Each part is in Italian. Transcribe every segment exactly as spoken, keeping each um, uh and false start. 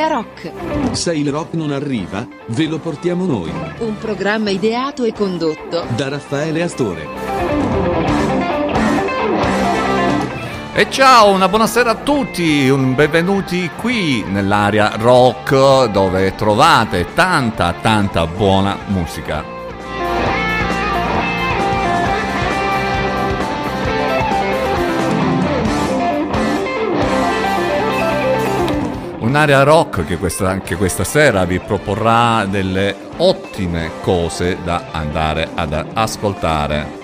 Area Rock. Se il rock non arriva, ve lo portiamo noi. Un programma ideato e condotto da Raffaele Astore. E ciao, una buonasera a tutti, un benvenuti qui nell'Area Rock dove trovate tanta tanta buona musica. Un'area rock che questa, anche questa sera vi proporrà delle ottime cose da andare ad ascoltare.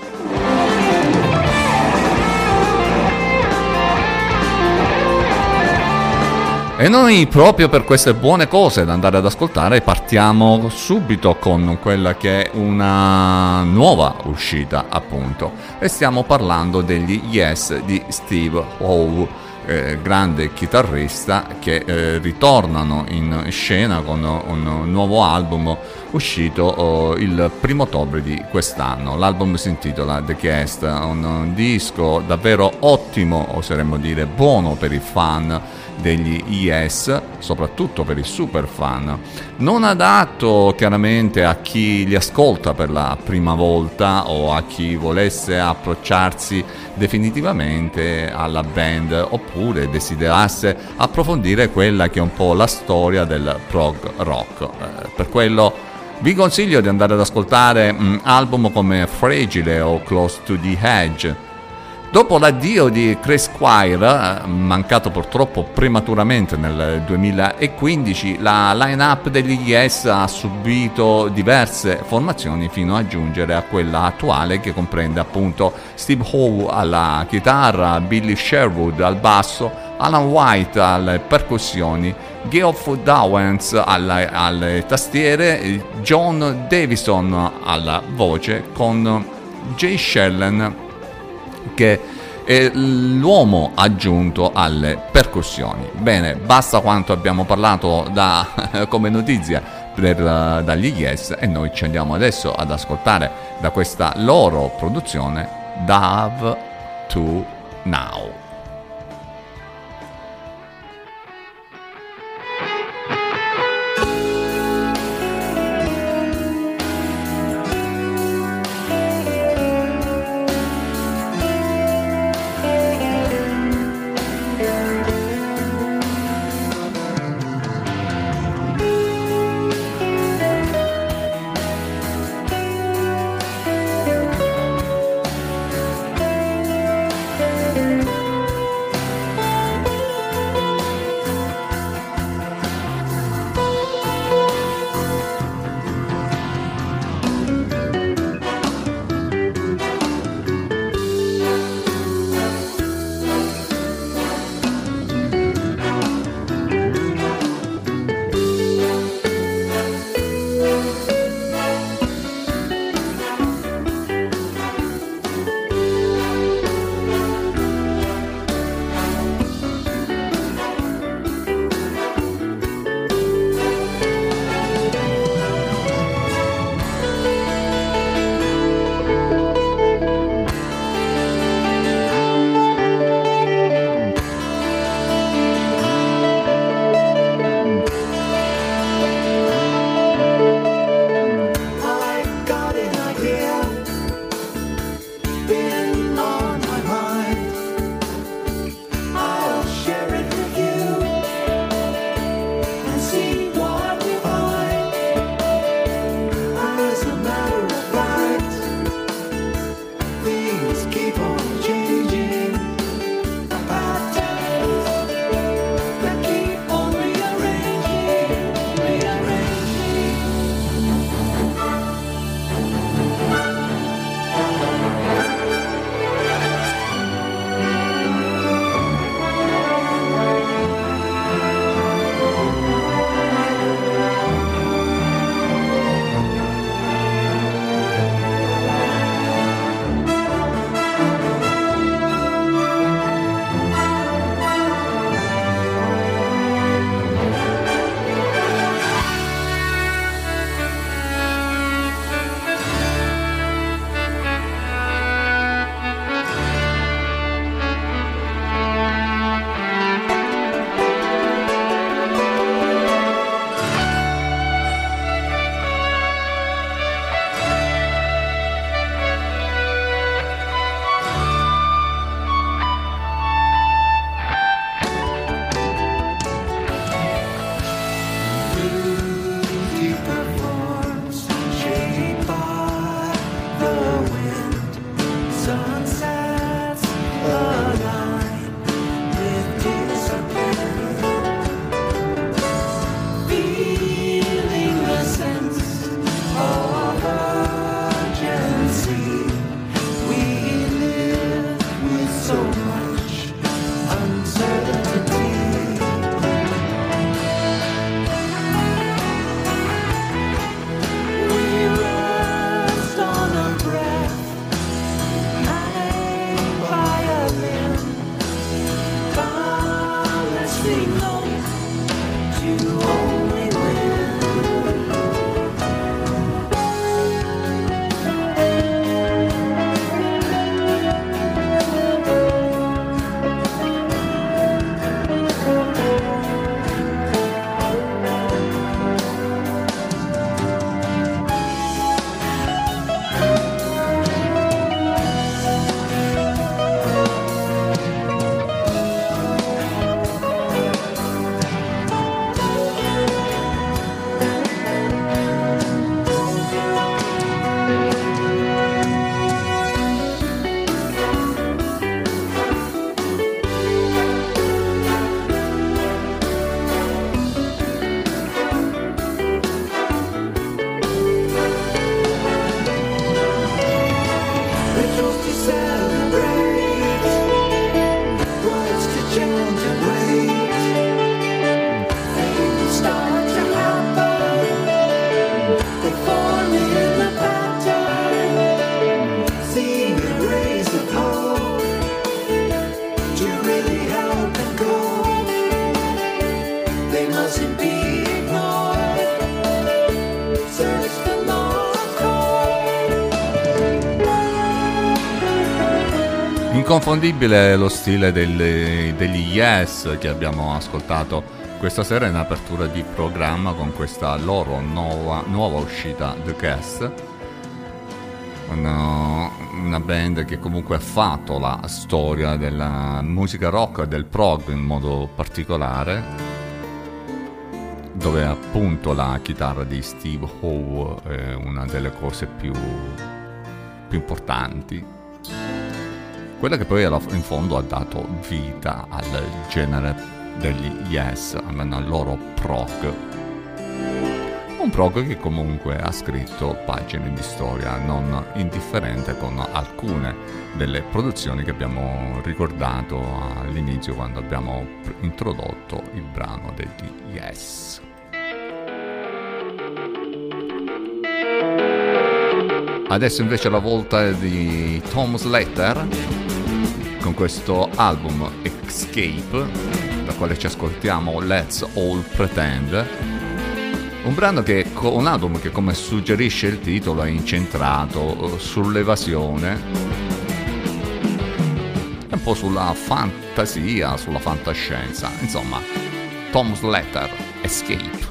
E noi proprio per queste buone cose da andare ad ascoltare partiamo subito con quella che è una nuova uscita, appunto, e stiamo parlando degli Yes di Steve Howe. Eh, grande chitarrista che eh, ritornano in scena con un nuovo album uscito oh, il primo ottobre di quest'anno. L'album si intitola The Guest, un disco davvero ottimo, oseremmo dire buono per i fan degli Yes, soprattutto per i super fan, non adatto chiaramente a chi li ascolta per la prima volta o a chi volesse approcciarsi definitivamente alla band oppure desiderasse approfondire quella che è un po' la storia del prog rock. Eh, per quello vi consiglio di andare ad ascoltare um, album come Fragile o Close to the Edge. Dopo l'addio di Chris Squire, mancato purtroppo prematuramente nel duemilaquindici, la line-up degli Yes ha subito diverse formazioni fino a giungere a quella attuale che comprende appunto Steve Howe alla chitarra, Billy Sherwood al basso, Alan White alle percussioni, Geoff Dowens alle, alle tastiere, John Davison alla voce con Jay Shellen che è l'uomo aggiunto alle percussioni. Bene, basta quanto abbiamo parlato da, come notizia per, dagli Yes, e noi ci andiamo adesso ad ascoltare da questa loro produzione Dove to Now. Inconfondibile lo stile delle, degli Yes che abbiamo ascoltato questa sera in apertura di programma con questa loro nuova, nuova uscita, The Guess, una, una band che comunque ha fatto la storia della musica rock e del prog in modo particolare, dove appunto la chitarra di Steve Howe è una delle cose più, più importanti. Quella che poi in fondo ha dato vita al genere degli Yes, almeno al loro prog. Un prog che comunque ha scritto pagine di storia non indifferente con alcune delle produzioni che abbiamo ricordato all'inizio quando abbiamo introdotto il brano degli Yes. Adesso invece la volta di Tom Slater con questo album Escape, da quale ci ascoltiamo Let's All Pretend, un brano che, un album che, come suggerisce il titolo, è incentrato sull'evasione, un po' sulla fantasia, sulla fantascienza, insomma, Tom Slater, Escape.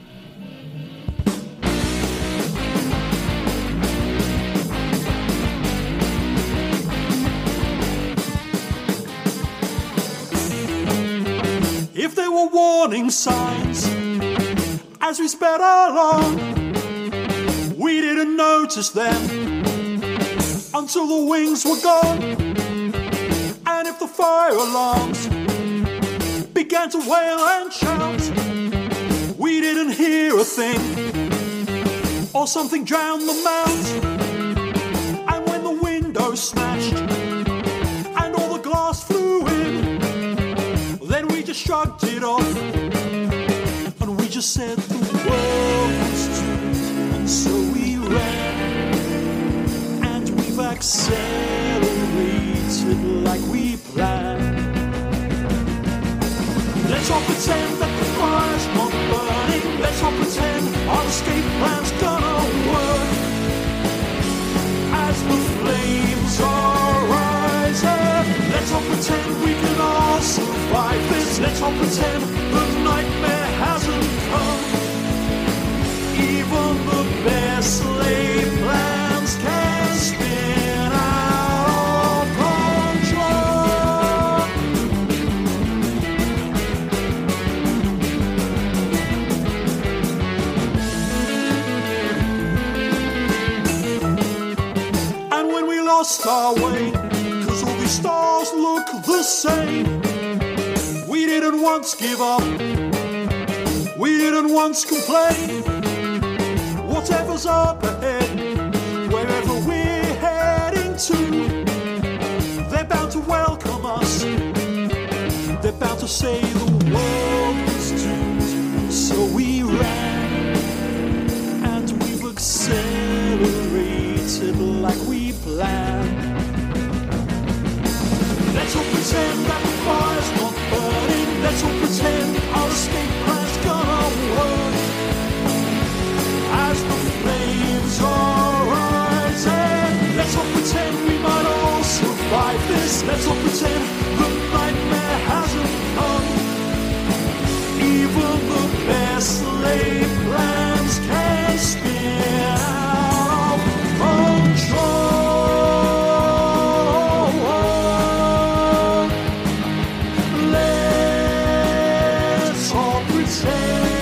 Warning signs as we sped along, we didn't notice them until the wings were gone. And if the fire alarms began to wail and shout, we didn't hear a thing, or something drowned them out. And when the window smashed and all the glass flew in, then we just shrugged it off, and we just said the world was doomed, and so we ran, and we've accelerated like we planned. Let's all pretend that the fire's not burning, let's all pretend our escape plan's gonna work, as the flames are rising. Let's all pretend we can all survive this. Let's all pretend the nightmare hasn't come. Even the best laid plans can spin out of control. And when we lost our way, all these stars look the same, we didn't once give up, we didn't once complain. Whatever's up ahead, wherever we're heading to, they're bound to welcome us, they're bound to say the world was doomed. So we ran, and we've accelerated like we planned. Let's all pretend that the fire's not burning. Let's all pretend pretend.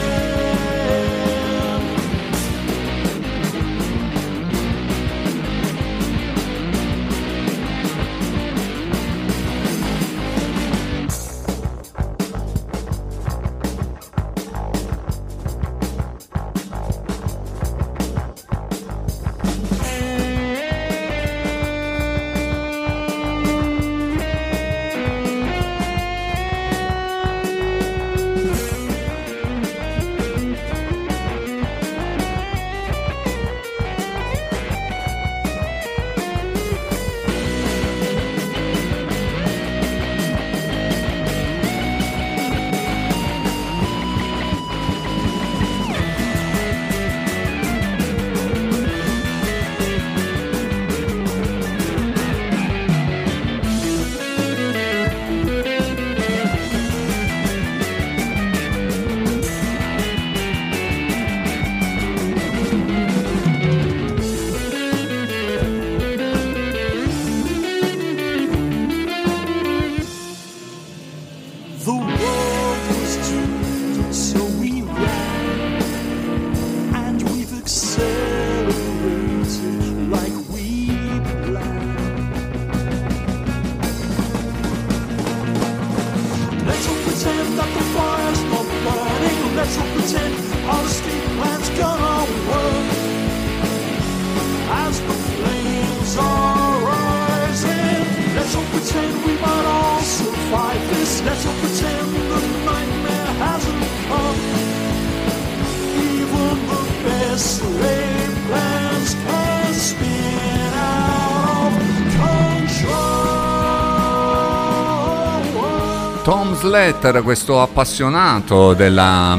Tom Slater, questo appassionato della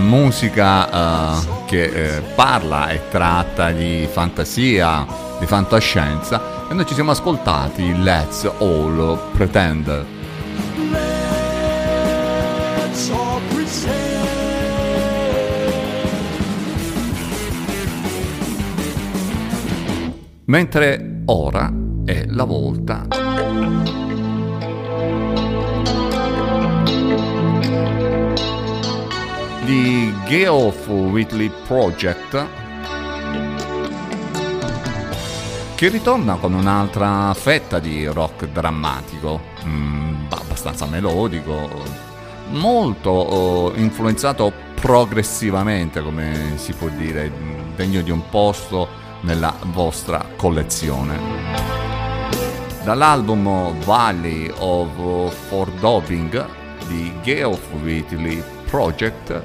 musica uh, che eh, parla e tratta di fantasia, di fantascienza, e noi ci siamo ascoltati Let's All Pretend. Let's all pretend. Mentre ora è la volta di Geoff Whitley Project, che ritorna con un'altra fetta di rock drammatico, mm, abbastanza melodico, molto oh, influenzato progressivamente, come si può dire, degno di un posto nella vostra collezione. Dall'album Valley of Foreboding di Geoff Whitley Project,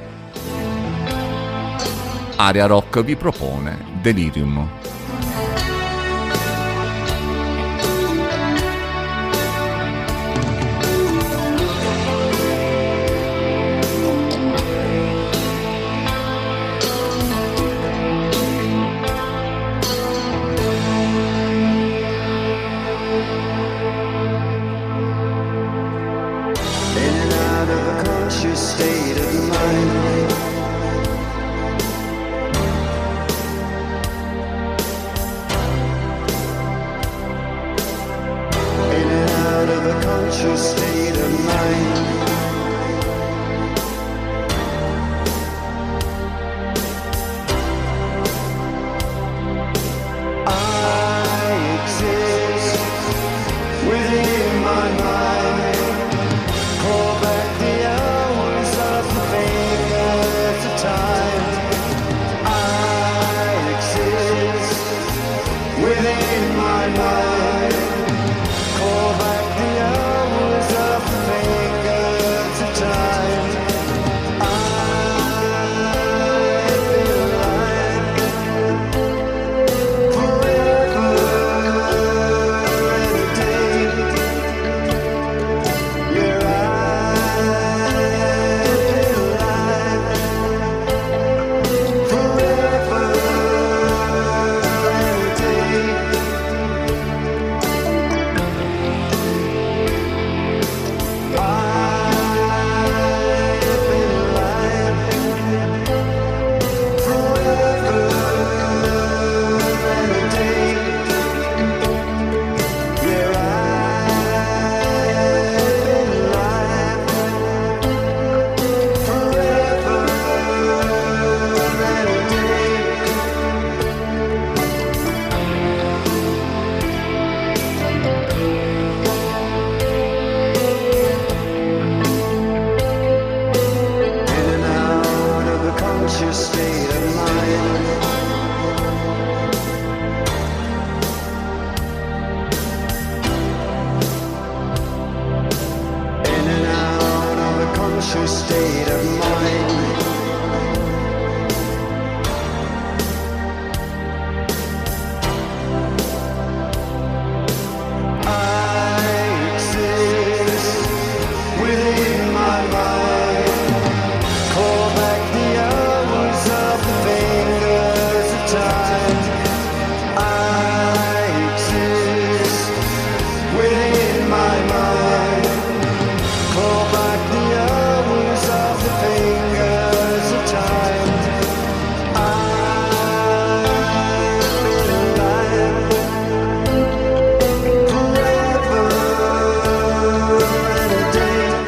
Aria Rock vi propone Delirium. Within my mind, call back the hours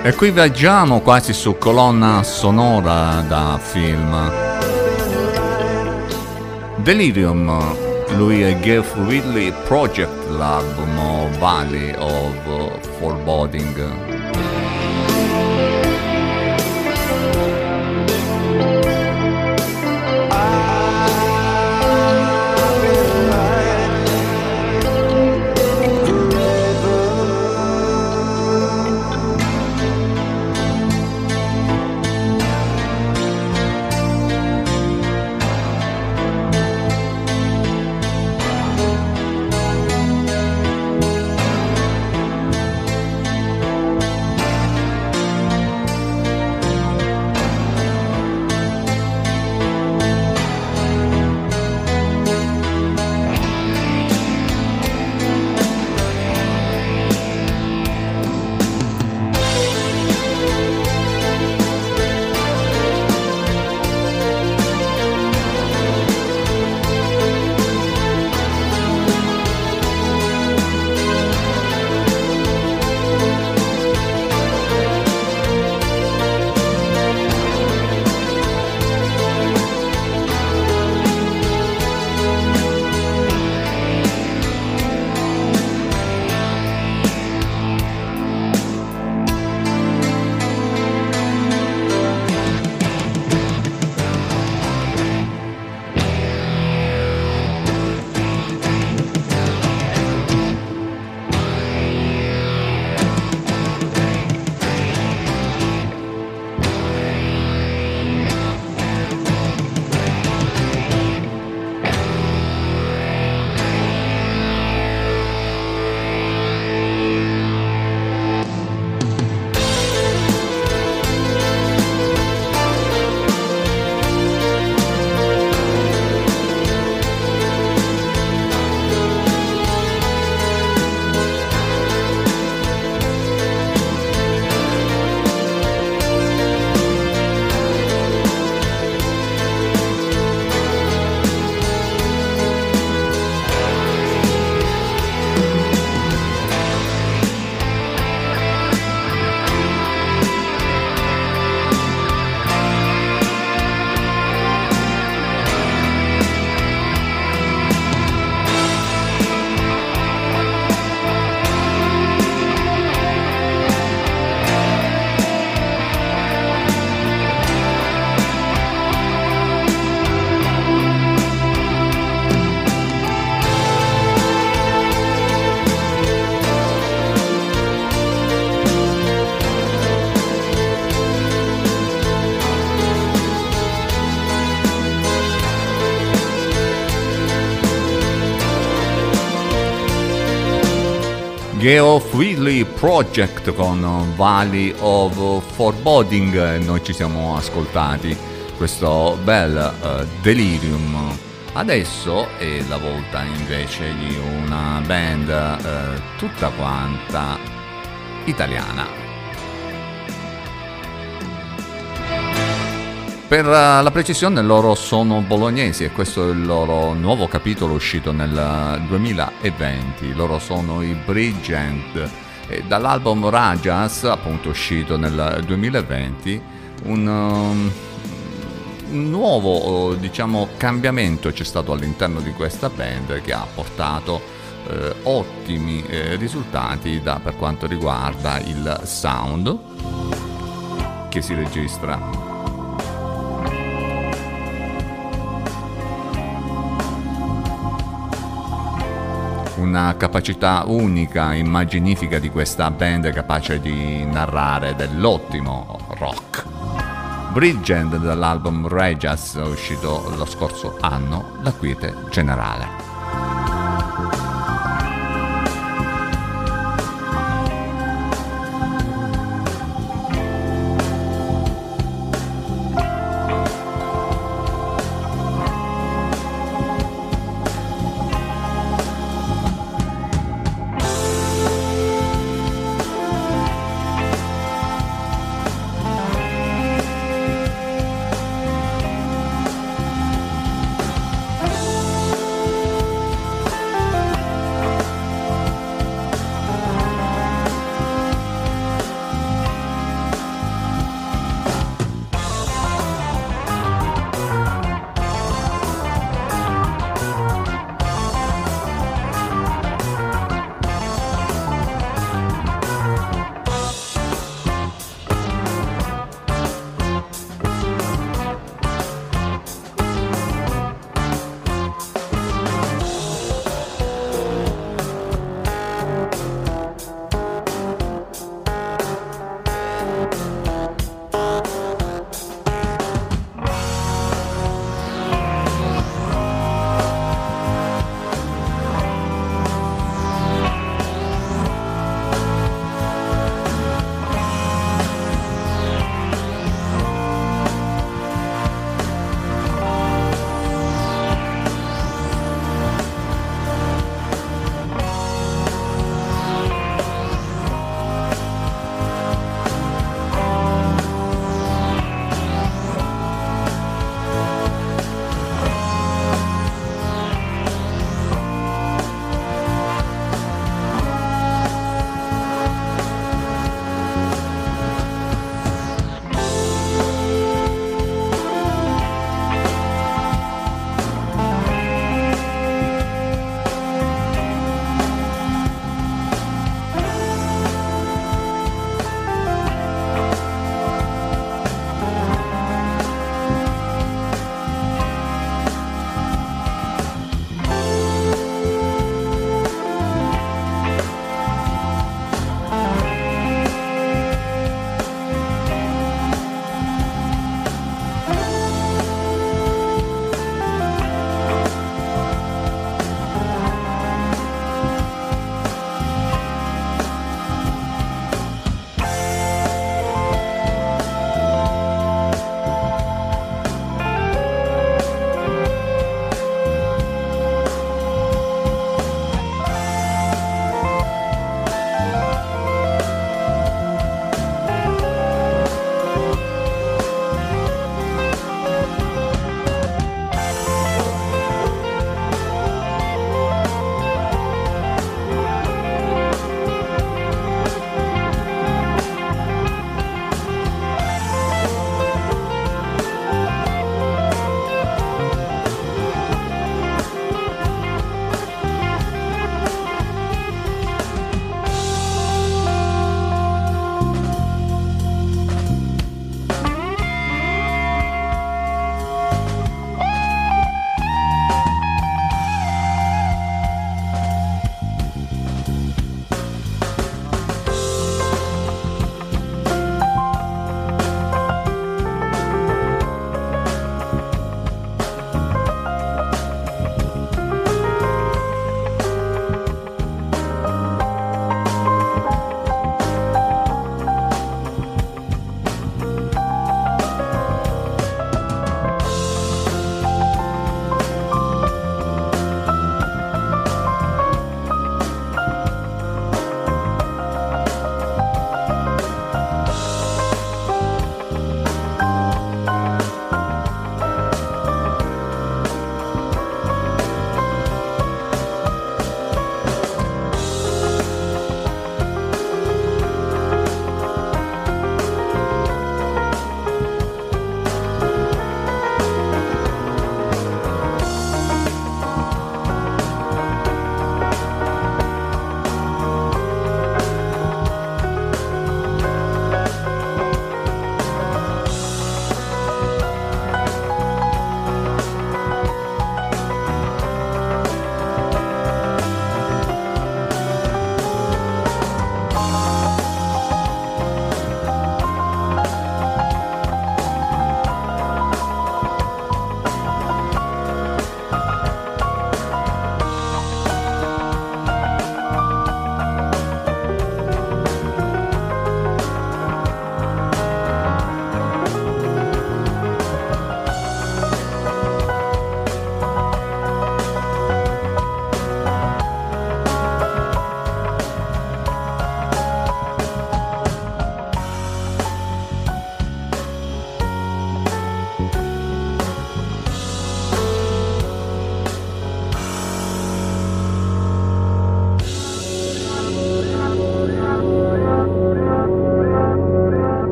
E qui viaggiamo quasi su colonna sonora da film. Delirium, lui è Geoff Whitley Project, l'album Valley of Foreboding. Geoff Whitley Project con Valley of Foreboding. Noi ci siamo ascoltati questo bel uh, Delirium. Adesso è la volta invece di una band uh, tutta quanta italiana. Per la precisione loro sono bolognesi e questo è il loro nuovo capitolo uscito nel duemilaventi. Loro sono i Bridgend e dall'album Rajas, appunto uscito nel duemilaventi, un, um, un nuovo diciamo cambiamento c'è stato all'interno di questa band che ha portato eh, ottimi eh, risultati da, per quanto riguarda il sound che si registra. Una capacità unica, immaginifica di questa band capace di narrare dell'ottimo rock. Bridgend dall'album Rajas uscito lo scorso anno, La quiete generale.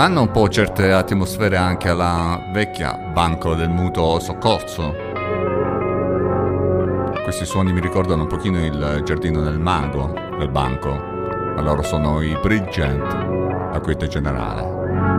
Hanno un po' certe atmosfere anche alla vecchia Banco del Mutuo Soccorso. Questi suoni mi ricordano un pochino il giardino del mago del banco, ma loro sono i Bridgend, la quiete generale.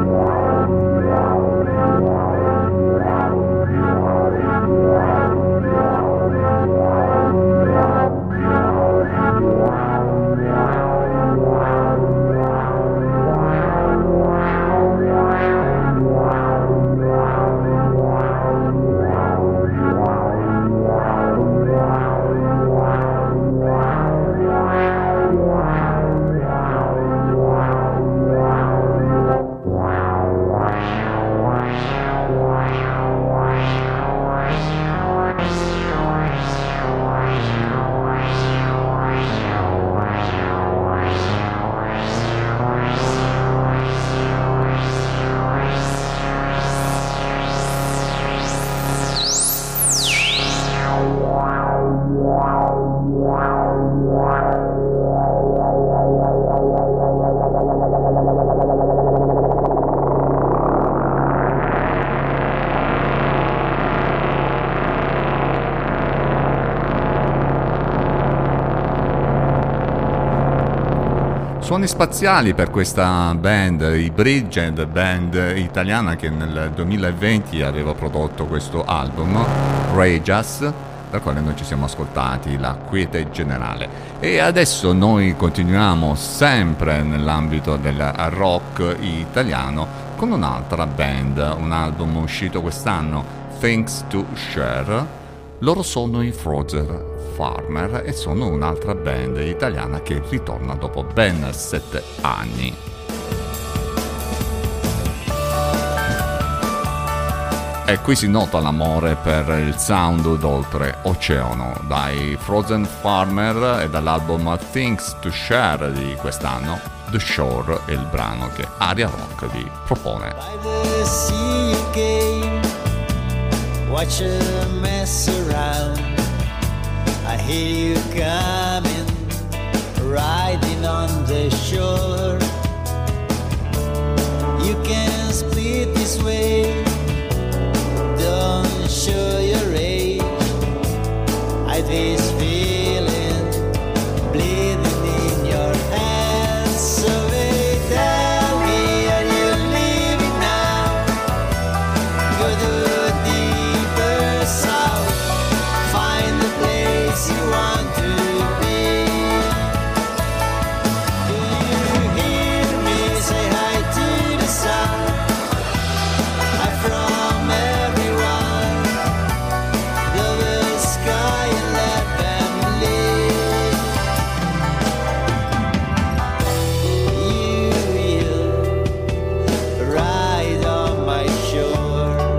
Suoni spaziali per questa band, i Bridgend, band italiana che nel duemilaventi aveva prodotto questo album, Rajas, dal quale noi ci siamo ascoltati La quiete generale. E adesso noi continuiamo sempre nell'ambito del rock italiano con un'altra band, un album uscito quest'anno, Things to Share. Loro sono i Frozen Farmer e sono un'altra band italiana che ritorna dopo ben sette anni. E qui si nota l'amore per il sound d'oltreoceano dai Frozen Farmer e dall'album Things to Share di quest'anno. The Shore è il brano che Aria Rock vi propone. Watch her mess around. I hear you coming, riding on the shore. You can split this way, don't show your age. I this feeling bleeding in your hands. So they tell me, are you leaving now? Go to south, find the place you want to be. Do you hear me say hi to the sun? Hi from everyone. Love the sky and let them live. You will ride on my shore.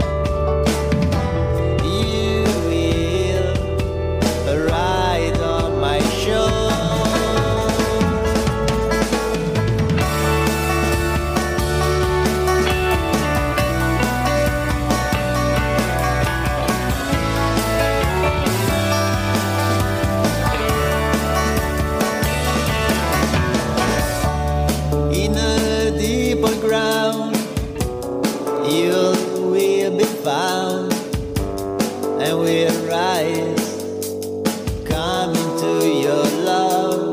Found and we'll rise, coming to your love.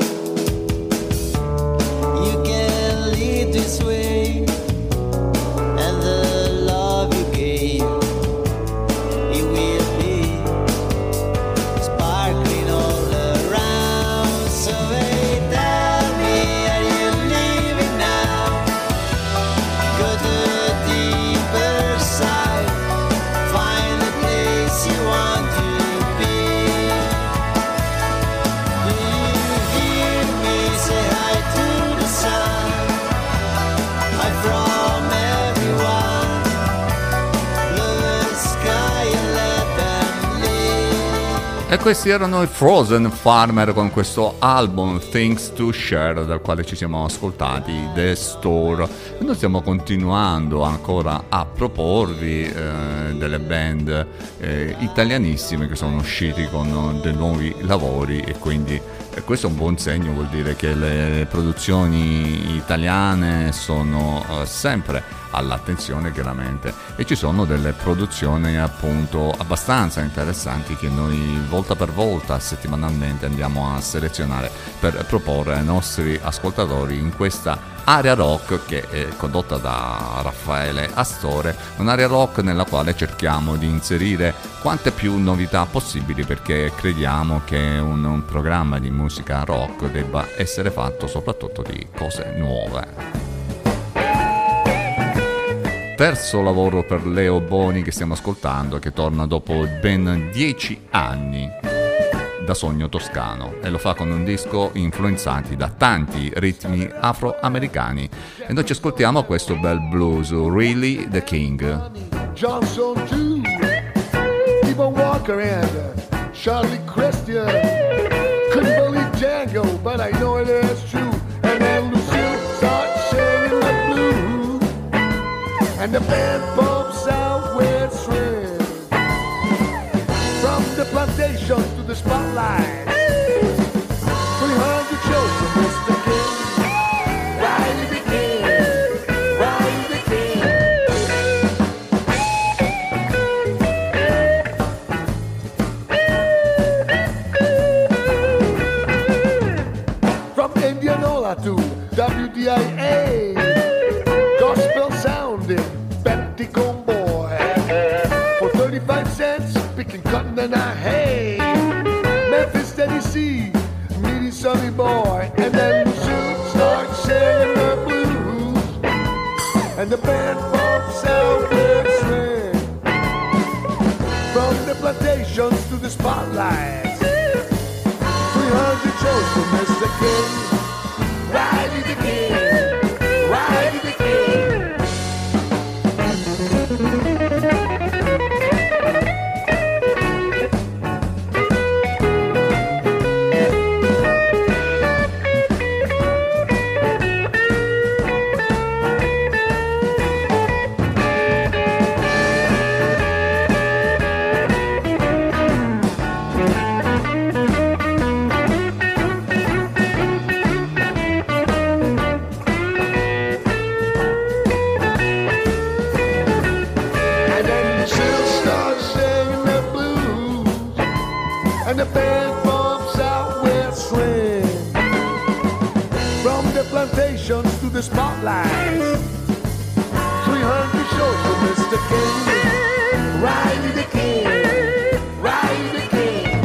You can lead this way, and the love you gave, it will be sparkling all around. So hey, tell me, are you leaving now? Go to the deeper side. You want to be. Do you hear me say hi to the sun? Hi from everyone. Love the sky and let them live. E questi erano i Frozen Farmer con questo album Things to Share, dal quale ci siamo ascoltati The Store. E noi stiamo continuando ancora a proporvi eh, delle band eh, italianissime che sono usciti con dei nuovi lavori, e quindi E questo è un buon segno, vuol dire che le produzioni italiane sono eh, sempre all'attenzione, chiaramente, e ci sono delle produzioni appunto abbastanza interessanti che noi volta per volta, settimanalmente, andiamo a selezionare per proporre ai nostri ascoltatori in questa area rock che è condotta da Raffaele Astore, un'area rock nella quale cerchiamo di inserire quante più novità possibili, perché crediamo che un, un programma di musica rock debba essere fatto soprattutto di cose nuove. Terzo lavoro per Leo Boni che stiamo ascoltando, che torna dopo ben dieci anni da Sogno Toscano, e lo fa con un disco influenzati da tanti ritmi afroamericani, e noi ci ascoltiamo questo bel blues, Really the King. Johnson too, Stephen Walker and Charlie Christian. Couldn't believe Django, but I know it is true. And then Lucille starts singing the blues, and the band bumps out with swing. From the plantations to the spotlight, three hundred shows for Mister King. Riley the King, Riley the King. From Indianola to W D I A, gospel sounding Betty Comboy. For thirty-five cents, picking cotton and I hay. Memphis, Tennessee, meaty sunny boy. And then Lucille starts singing the blues, and the band bumps out with swing. From the plantations to the spotlights, three hundred shows for Mister King. Riley the King, Riley the King. And the band bumps out with swing. From the plantations to the spotlights, three hundred shows for Mister King. Riley the King, Riley the King.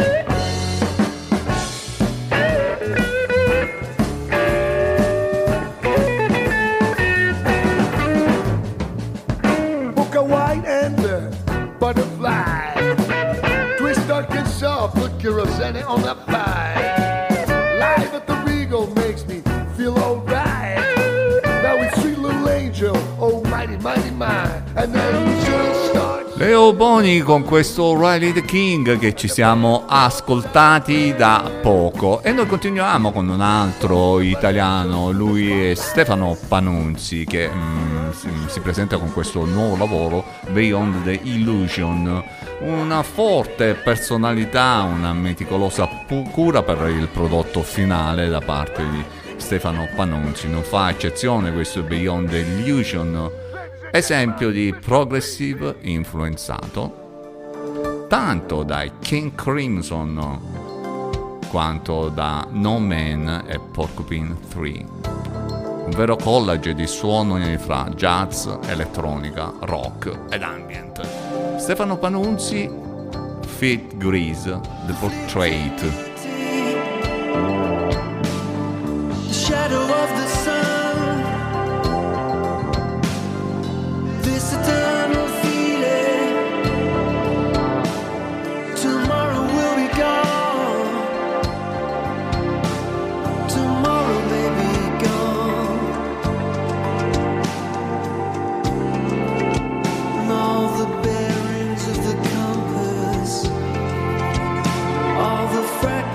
Booker White and the Butterfly, Twist Arkansas, put kerosene on the pie. Live at the Regal makes me feel alright. Now it's sweet little angel, oh mighty, mighty my. And then you just start. Leo Boni con questo Riley the King che ci siamo ascoltati da poco, e noi continuiamo con un altro italiano. Lui è Stefano Panunzi, che mm, si, si presenta con questo nuovo lavoro, Beyond the Illusion. Una forte personalità, una meticolosa pu- cura per il prodotto finale da parte di Stefano Panunzi. Non fa eccezione questo Beyond the Illusion, esempio di progressive influenzato tanto dai King Crimson quanto da No Man e Porcupine tre. Un vero collage di suoni fra jazz, elettronica, rock ed ambient. Stefano Panunzi, Fit Grease, The Portrait. The shadow of the sun, this eternal feeling. Tomorrow will be gone, tomorrow may be gone. And all the bearings of the compass, all the fractures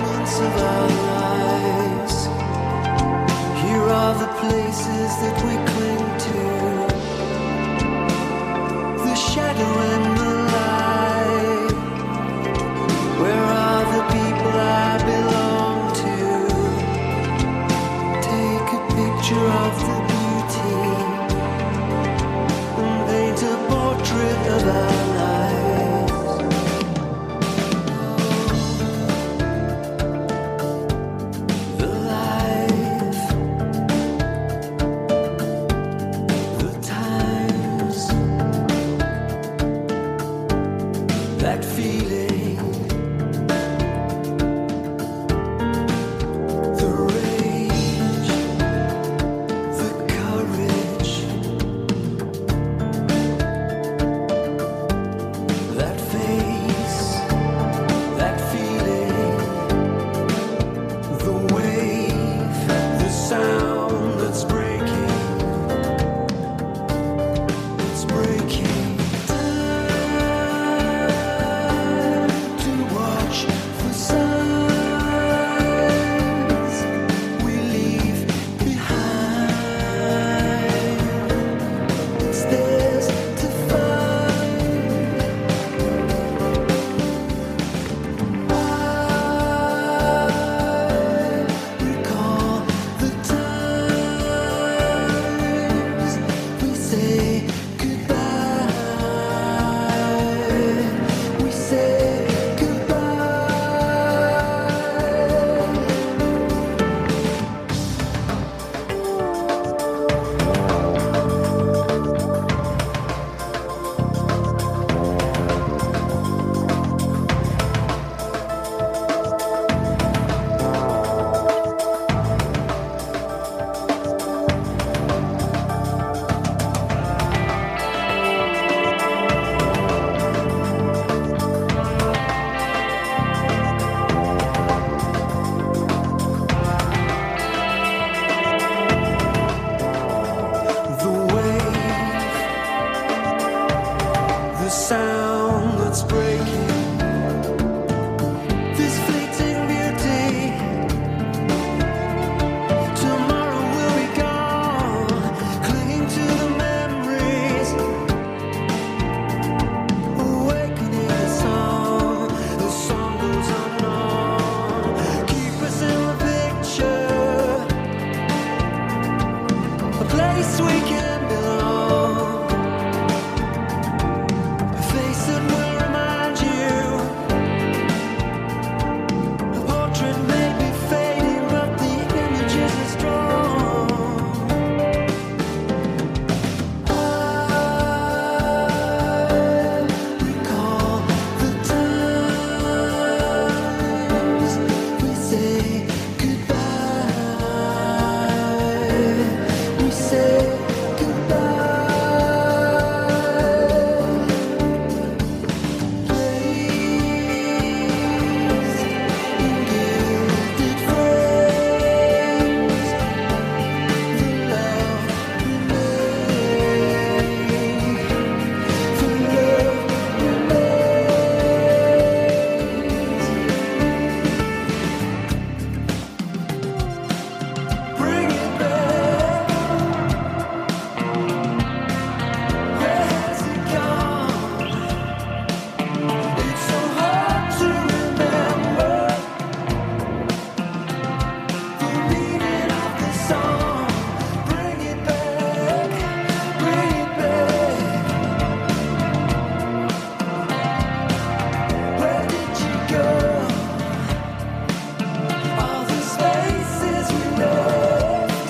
that feeling, the rage, the courage, that face, that feeling, the wave, the sound that's breaking, it's breaking. To watch for signs we leave behind. It's theirs to find. I recall the times we say goodbye. We say goodbye. The wave, the sound that's breaking, this fleeting beauty. Tomorrow will be gone, clinging to the memories, awakening the song. The song goes on and on. Keep us in the picture, a place we can belong, a face that will remind you, a portrait may be fading, but the images are strong. I recall the times we say goodbye. We say goodbye. Placed in gilded frames, the love remains. The love remains. Bring it back. Where has it gone? It's so hard to remember the meaning of the song. Bring it back, bring it back. Where did you go? All the spaces we left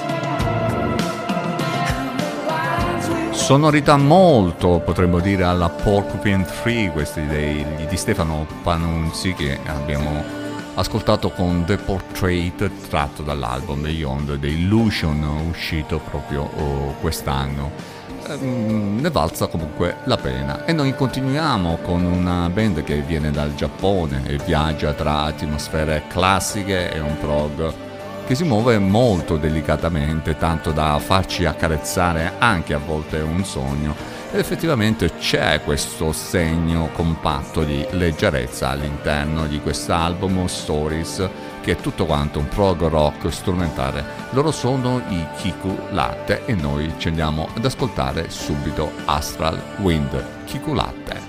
and the lines we Sonorità molto, potremmo dire, alla Porcupine Tree, questi dei, di Stefano Panunzi, che abbiamo ascoltato con The Portrait, tratto dall'album Beyond the Illusion, uscito proprio oh, quest'anno. Ehm, ne valsa comunque la pena. E noi continuiamo con una band che viene dal Giappone e viaggia tra atmosfere classiche e un prog che si muove molto delicatamente, tanto da farci accarezzare anche a volte un sogno. Ed effettivamente c'è questo segno compatto di leggerezza all'interno di quest'album Stories, che è tutto quanto un prog rock strumentale. Loro sono i Kiku Latte e noi ci andiamo ad ascoltare subito Astral Wind, Kiku Latte.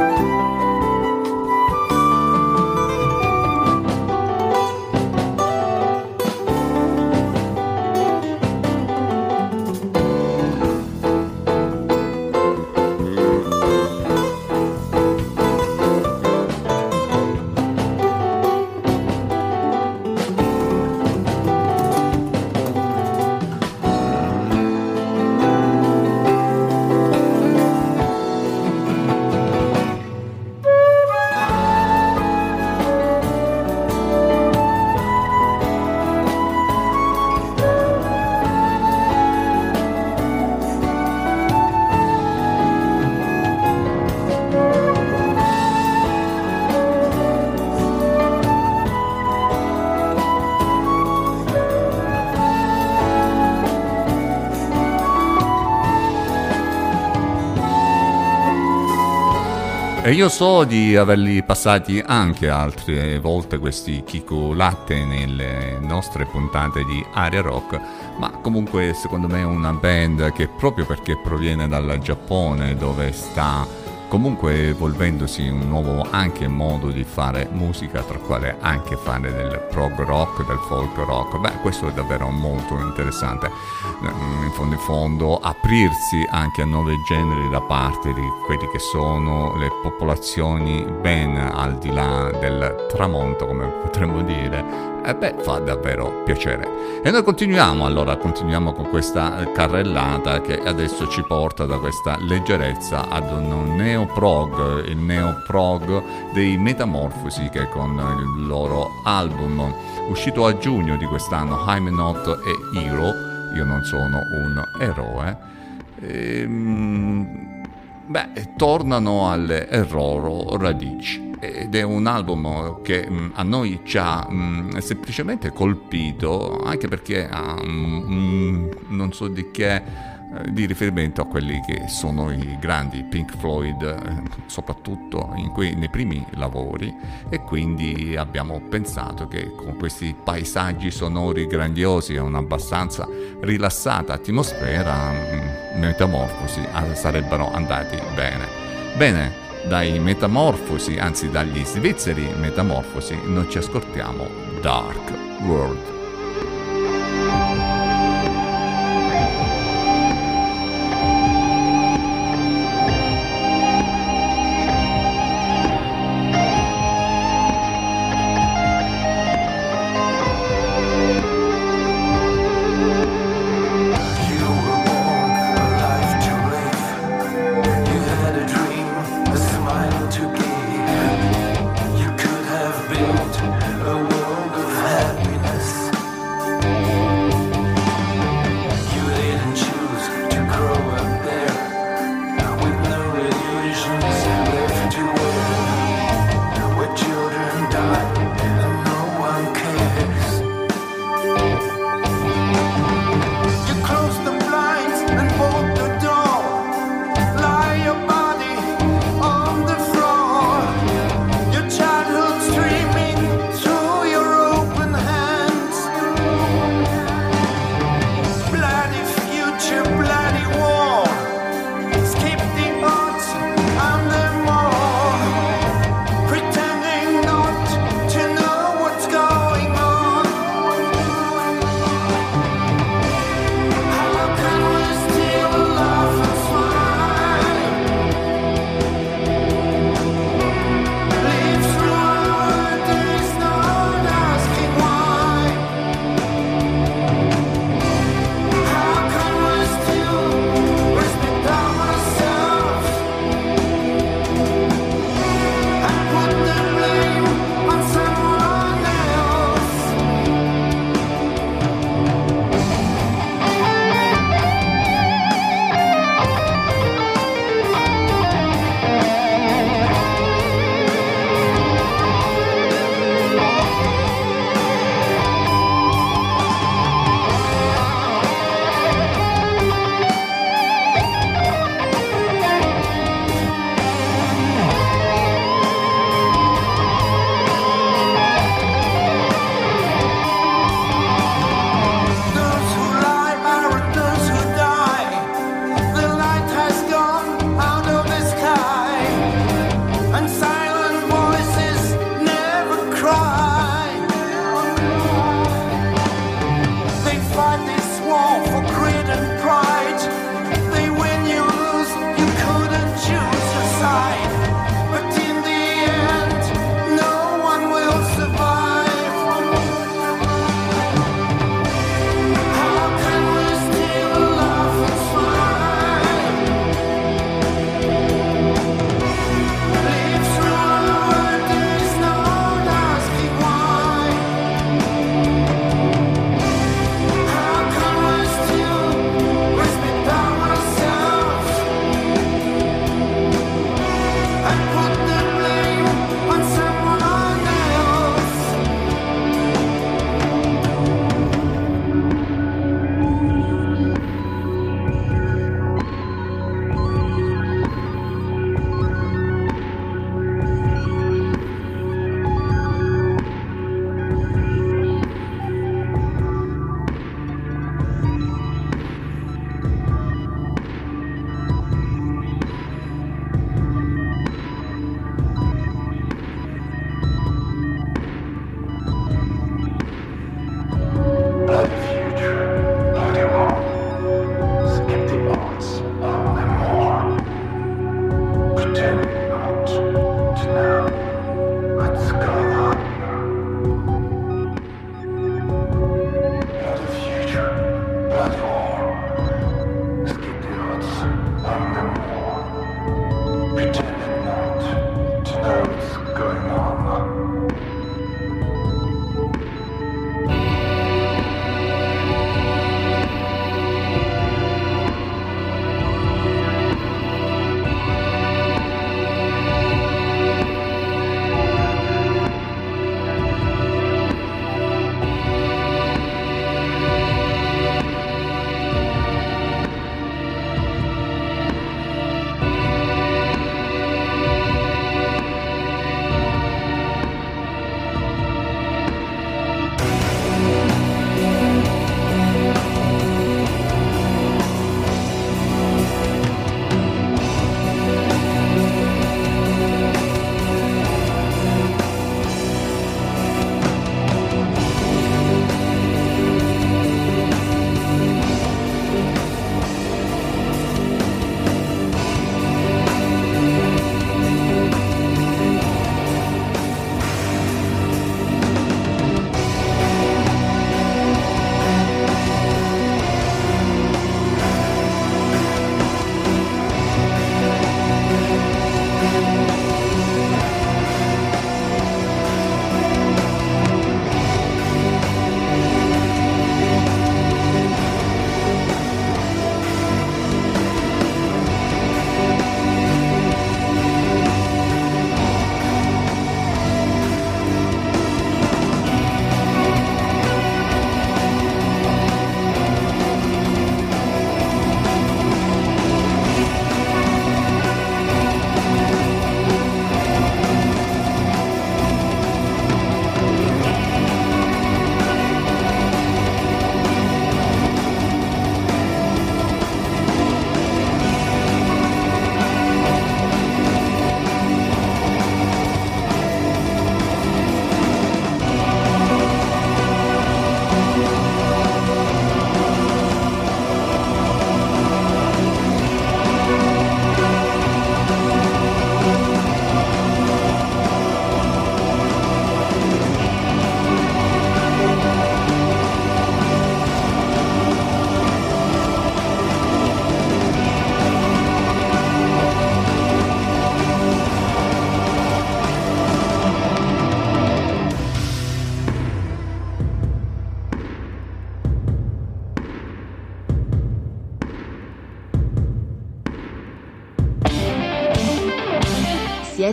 E io so di averli passati anche altre volte questi Kiku Latte nelle nostre puntate di Aria Rock, ma comunque secondo me è una band che proprio perché proviene dal Giappone, dove sta comunque evolvendosi un nuovo anche modo di fare musica, tra quale anche fare del prog rock, del folk rock, beh, questo è davvero molto interessante. In fondo in fondo aprirsi anche a nuovi generi da parte di quelli che sono le popolazioni ben al di là del tramonto, come potremmo dire, e beh, fa davvero piacere. E noi continuiamo, allora continuiamo con questa carrellata che adesso ci porta da questa leggerezza ad un neoprog, il neoprog dei Metamorfosi, che con il loro album uscito a giugno di quest'anno, I'm Not a Hero, io non sono un eroe, ehm, beh, tornano alle loro radici. Ed è un album che mh, a noi ci ha mh, semplicemente colpito, anche perché ha mh, non so di che eh, di riferimento a quelli che sono i grandi Pink Floyd, eh, soprattutto in quei, nei primi lavori, e quindi abbiamo pensato che con questi paesaggi sonori grandiosi e un'abbastanza rilassata atmosfera mh, Metamorfosi ah, sarebbero andati bene. Bene. Dai Metamorfosi, anzi dagli svizzeri Metamorfosi, noi ci ascoltiamo Dark World. A world of happiness.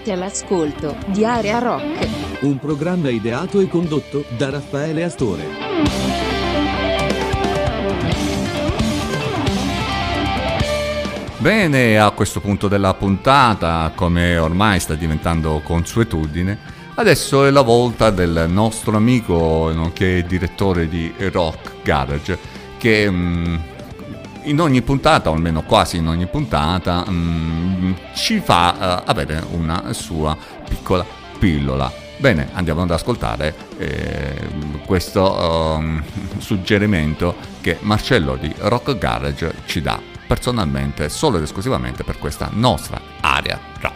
Siete all'ascolto di Area Rock. Un programma ideato e condotto da Raffaele Astore. Bene, a questo punto della puntata, come ormai sta diventando consuetudine, adesso è la volta del nostro amico, nonché direttore di Rock Garage, che mm, in ogni puntata, o almeno quasi in ogni puntata, mm, ci fa uh, avere una sua piccola pillola. Bene, andiamo ad ascoltare eh, questo um, suggerimento che Marcello di Rock Garage ci dà personalmente, solo ed esclusivamente per questa nostra area rock.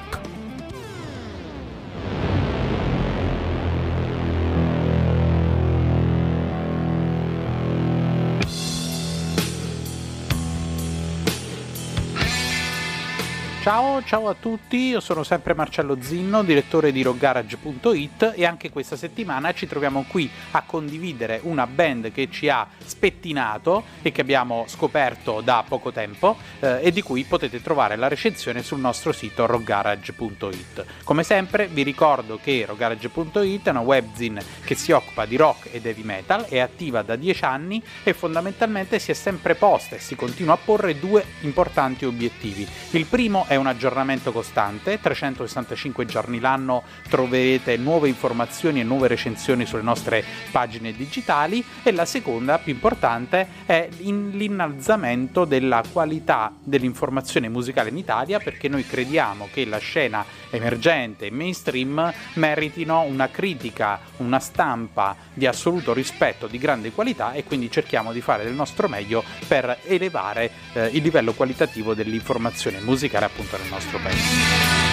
Ciao, ciao a tutti, io sono sempre Marcello Zinno, direttore di rock garage punto it, e anche questa settimana ci troviamo qui a condividere una band che ci ha spettinato e che abbiamo scoperto da poco tempo eh, e di cui potete trovare la recensione sul nostro sito rock garage punto it. Come sempre vi ricordo che rock garage punto it è una webzine che si occupa di rock ed heavy metal, è attiva da dieci anni e fondamentalmente si è sempre posta e si continua a porre due importanti obiettivi. Il primo è un aggiornamento costante, trecentosessantacinque giorni l'anno troverete nuove informazioni e nuove recensioni sulle nostre pagine digitali, e la seconda, più importante, è l'innalzamento della qualità dell'informazione musicale in Italia, perché noi crediamo che la scena emergente e mainstream meritino una critica, una stampa di assoluto rispetto, di grande qualità, e quindi cerchiamo di fare del nostro meglio per elevare eh, il livello qualitativo dell'informazione musicale appunto nel nostro paese.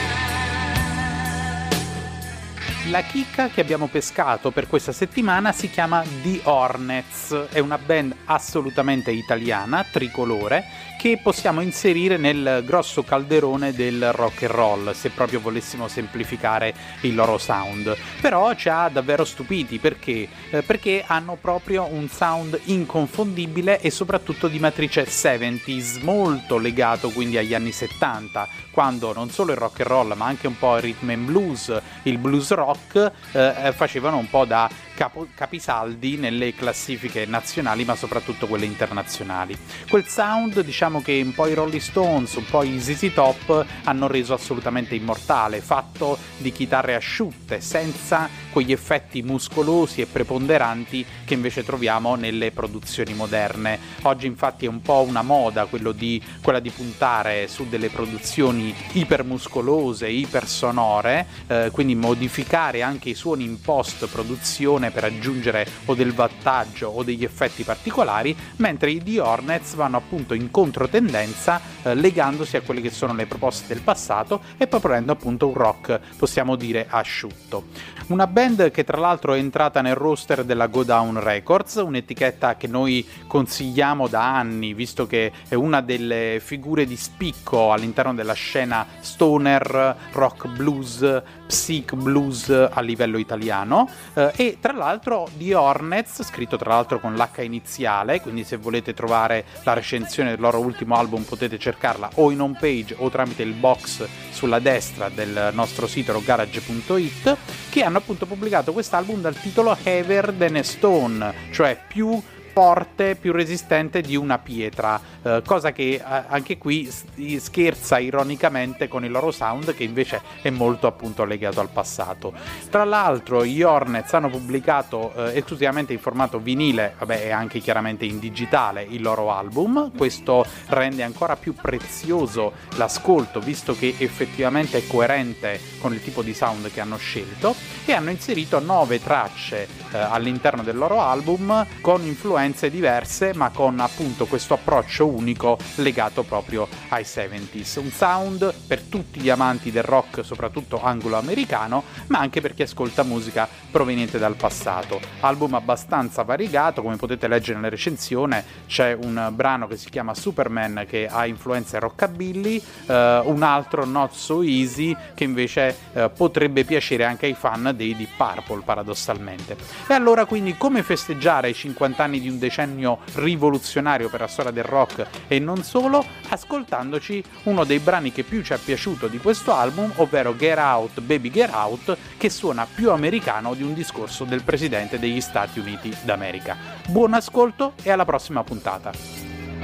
La chicca che abbiamo pescato per questa settimana si chiama The Hornets, è una band assolutamente italiana, tricolore, che possiamo inserire nel grosso calderone del rock and roll, se proprio volessimo semplificare il loro sound. Però ci ha davvero stupiti, perché? Eh, perché hanno proprio un sound inconfondibile e soprattutto di matrice settanta, molto legato quindi agli anni settanta, quando non solo il rock and roll ma anche un po' il rhythm and blues, il blues rock eh, facevano un po' da capo, capisaldi nelle classifiche nazionali ma soprattutto quelle internazionali. Quel sound, diciamo che un po' i Rolling Stones, un po' i Z Z Top hanno reso assolutamente immortale, fatto di chitarre asciutte, senza quegli effetti muscolosi e preponderanti che invece troviamo nelle produzioni moderne. Oggi infatti è un po' una moda quello di, quella di puntare su delle produzioni ipermuscolose, ipersonore, eh, quindi modificare anche i suoni in post produzione per aggiungere o del wattaggio o degli effetti particolari, mentre i The Hornets vanno appunto in controtendenza, eh, legandosi a quelle che sono le proposte del passato e proponendo appunto un rock, possiamo dire, asciutto. Una band che tra l'altro è entrata nel roster della Go Down Records, un'etichetta che noi consigliamo da anni, visto che è una delle figure di spicco all'interno della scena stoner, rock blues, psych blues a livello italiano, eh, e tra l'altro The Hornets, scritto tra l'altro con l'H iniziale, quindi se volete trovare la recensione del loro ultimo album potete cercarla o in home page o tramite il box sulla destra del nostro sito rock garage punto it, che hanno appunto pubblicato quest'album dal titolo Heavier Than a Stone, cioè più forte, più resistente di una pietra, eh, cosa che eh, anche qui scherza ironicamente con il loro sound, che invece è molto appunto legato al passato. Tra l'altro gli Hornets hanno pubblicato eh, esclusivamente in formato vinile, vabbè, e anche chiaramente in digitale il loro album. Questo rende ancora più prezioso l'ascolto, visto che effettivamente è coerente con il tipo di sound che hanno scelto, e hanno inserito nove tracce eh, all'interno del loro album con influenze diverse, ma con appunto questo approccio unico legato proprio ai settanta. Un sound per tutti gli amanti del rock, soprattutto anglo-americano, ma anche per chi ascolta musica proveniente dal passato. Album abbastanza variegato, come potete leggere nella recensione. C'è un brano che si chiama Superman che ha influenze rockabilly, eh, un altro Not So Easy che invece eh, potrebbe piacere anche ai fan dei Deep Purple, paradossalmente. E allora, quindi, come festeggiare i cinquanta anni di un un decennio rivoluzionario per la storia del rock e non solo, ascoltandoci uno dei brani che più ci è piaciuto di questo album, ovvero Get Out Baby Get Out, che suona più americano di un discorso del presidente degli Stati Uniti d'America. Buon ascolto e alla prossima puntata.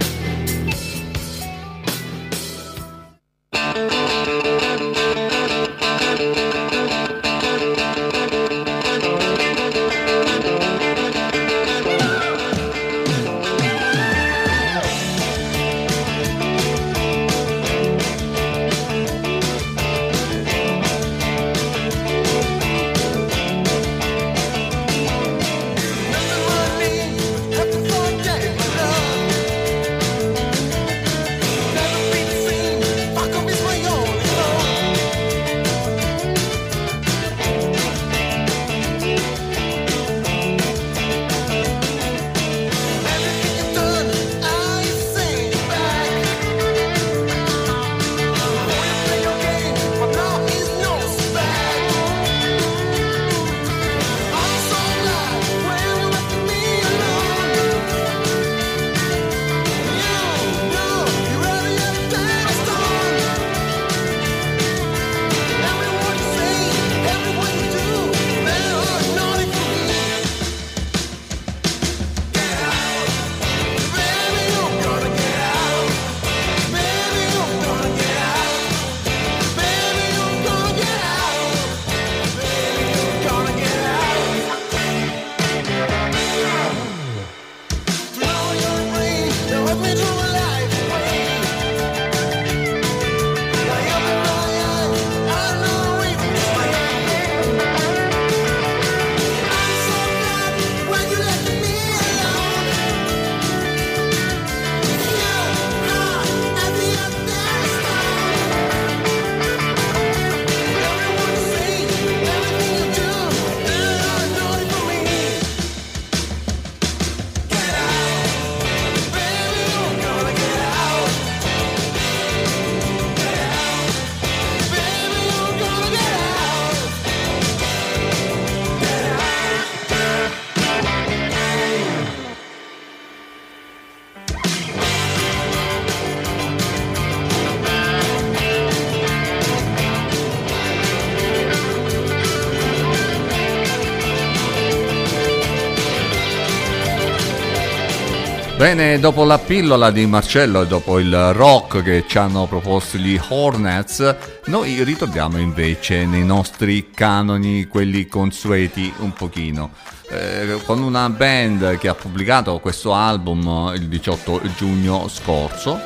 Bene, dopo la pillola di Marcello e dopo il rock che ci hanno proposto gli Hornets, noi ritorniamo invece nei nostri canoni, quelli consueti un pochino, eh, con una band che ha pubblicato questo album il diciotto giugno scorso.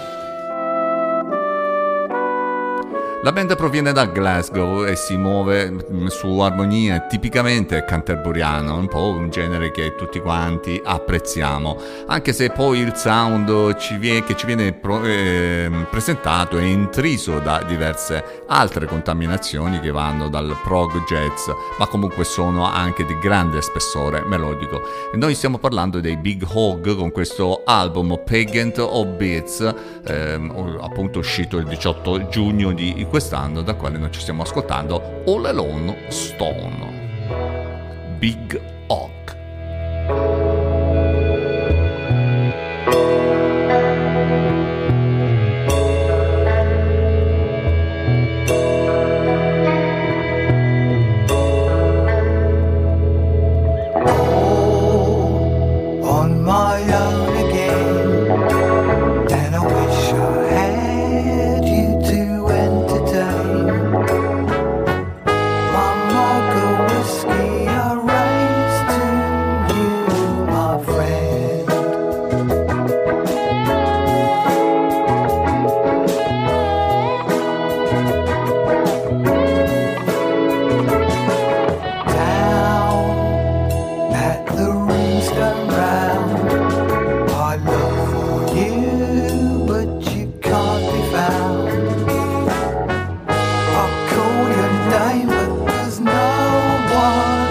La band proviene da Glasgow e si muove su armonie tipicamente canterburyano, un po' un genere che tutti quanti apprezziamo, anche se poi il sound ci viene, che ci viene pro, eh, presentato è intriso da diverse altre contaminazioni che vanno dal prog jazz, ma comunque sono anche di grande spessore melodico. E noi stiamo parlando dei Big Hog con questo album Pageant of Beats, ehm, appunto uscito il diciotto giugno di quest'anno, da quale noi ci stiamo ascoltando All Alone Stone, Big Hog. On my own again, and I wish I had you to entertain. One mug of whiskey I raise to you, my friend. Down at the rings come round, I look for you, but you can't be found. I call your name, but there's no one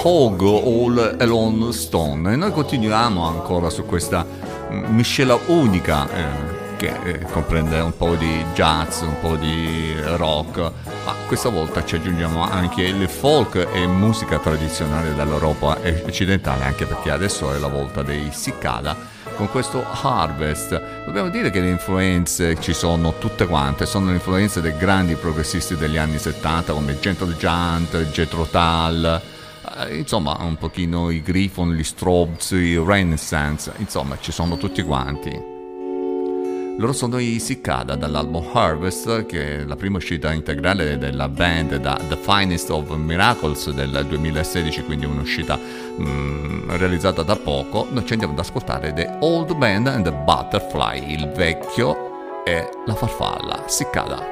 Hog All Alone Stone, e noi continuiamo ancora su questa miscela unica eh, che eh, comprende un po' di jazz, un po' di rock, ma questa volta ci aggiungiamo anche il folk e musica tradizionale dall'Europa occidentale, anche perché adesso è la volta dei Cicada con questo Harvest. Dobbiamo dire che le influenze ci sono tutte quante, sono le influenze dei grandi progressisti degli anni settanta come Gentle Giant, Jethro Tull, eh, insomma un pochino i Griffon, gli Strobes, i Renaissance, insomma ci sono tutti quanti. Loro sono i Cicada dall'album Harvest, che è la prima uscita integrale della band da The Finest of Miracles del duemilasedici, quindi un'uscita mm, realizzata da poco. Noi ci andiamo ad ascoltare The Old Man and the Butterfly, il vecchio e la farfalla, Cicada.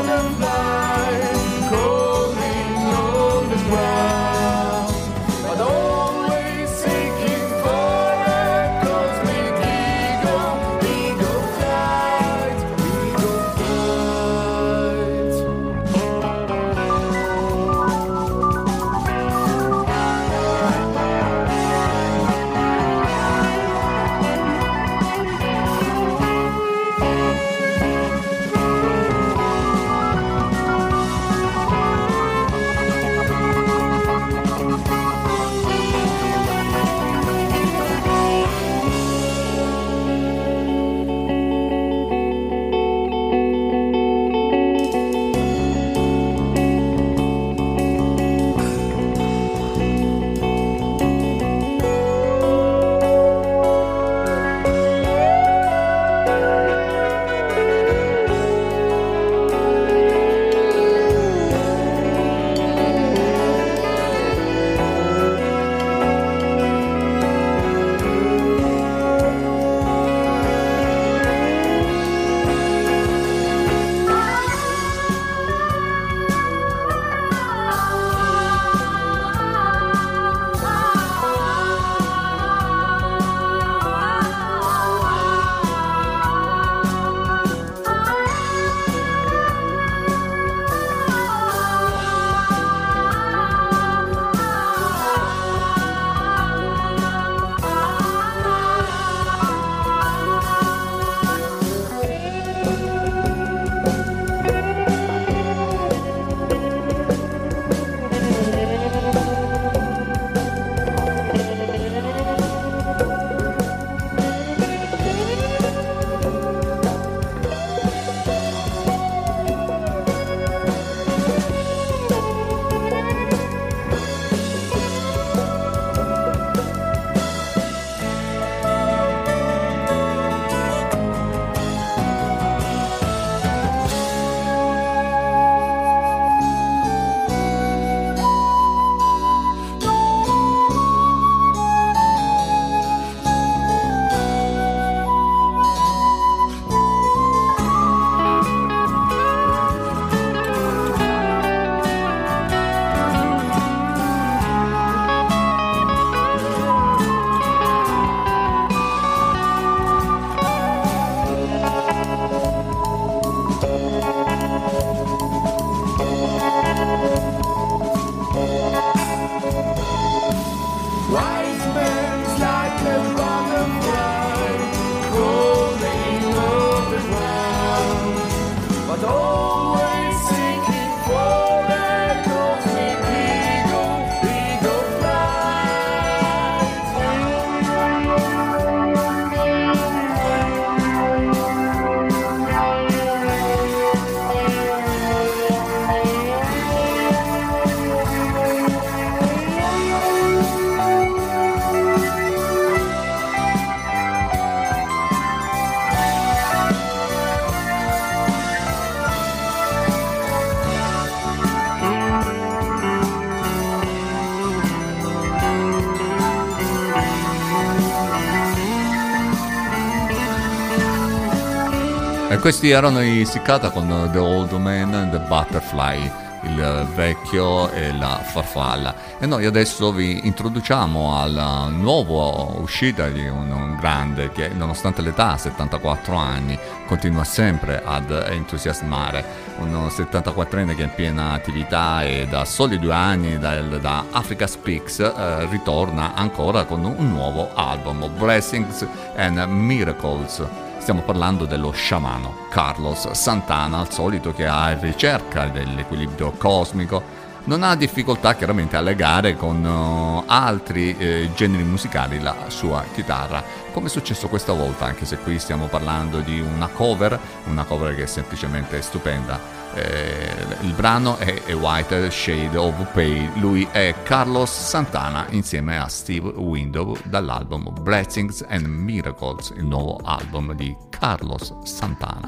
But E questi erano i Cicada con The Old Man and the Butterfly, il vecchio e la farfalla. E noi adesso vi introduciamo alla nuova uscita di un, un grande che, nonostante l'età, settantaquattro anni, continua sempre ad entusiasmare. Un settantaquattrenne che è in piena attività e da soli due anni da, da Africa Speaks eh, ritorna ancora con un nuovo album, Blessings and Miracles. Stiamo parlando dello sciamano Carlos Santana, al solito che ha in ricerca dell'equilibrio cosmico. Non ha difficoltà chiaramente a legare con uh, altri eh, generi musicali la sua chitarra, come è successo questa volta, anche se qui stiamo parlando di una cover, una cover che è semplicemente stupenda. Eh, il brano è A White Shade of Pale, lui è Carlos Santana insieme a Steve Window dall'album Blessings and Miracles, il nuovo album di Carlos Santana.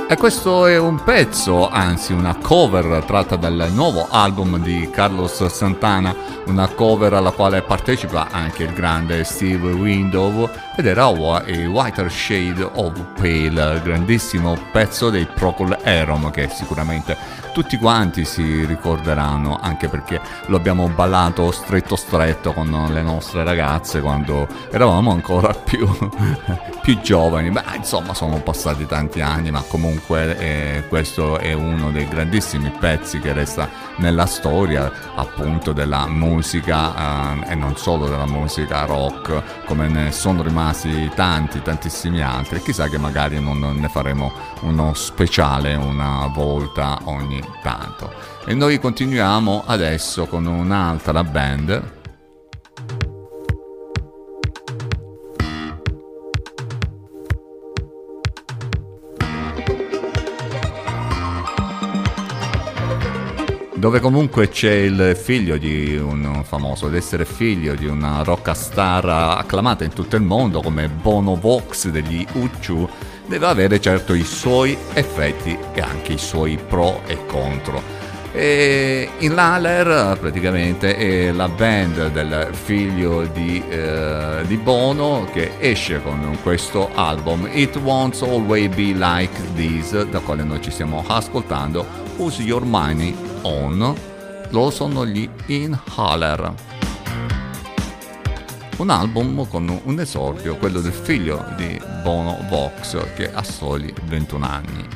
E questo è un pezzo, anzi una cover tratta dal nuovo album di Carlos Santana, una cover alla quale partecipa anche il grande Steve Winwood, ed era a Whiter Shade of Pale, grandissimo pezzo dei Procol Harum che sicuramente tutti quanti si ricorderanno, anche perché lo abbiamo ballato stretto stretto con le nostre ragazze quando eravamo ancora più, più giovani. Beh, insomma, sono passati tanti anni, ma comunque eh, questo è uno dei grandissimi pezzi che resta nella storia appunto della musica eh, e non solo della musica rock, come ne sono rimasti tanti, tantissimi altri. Chissà che magari non ne faremo uno speciale una volta ogni tanto. E noi continuiamo adesso con un'altra band dove comunque c'è il figlio di un famoso, ad essere figlio di una rockstar acclamata in tutto il mondo come Bono Vox degli U due, deve avere certo i suoi effetti e anche i suoi pro e contro. E Inhaler praticamente è la band del figlio di, eh, di Bono, che esce con questo album It Won't Always Be Like This, da quale noi ci stiamo ascoltando Use Your Money On. Loro sono gli Inhaler, un album con un esordio, quello del figlio di Bono Vox, che ha soli ventuno anni.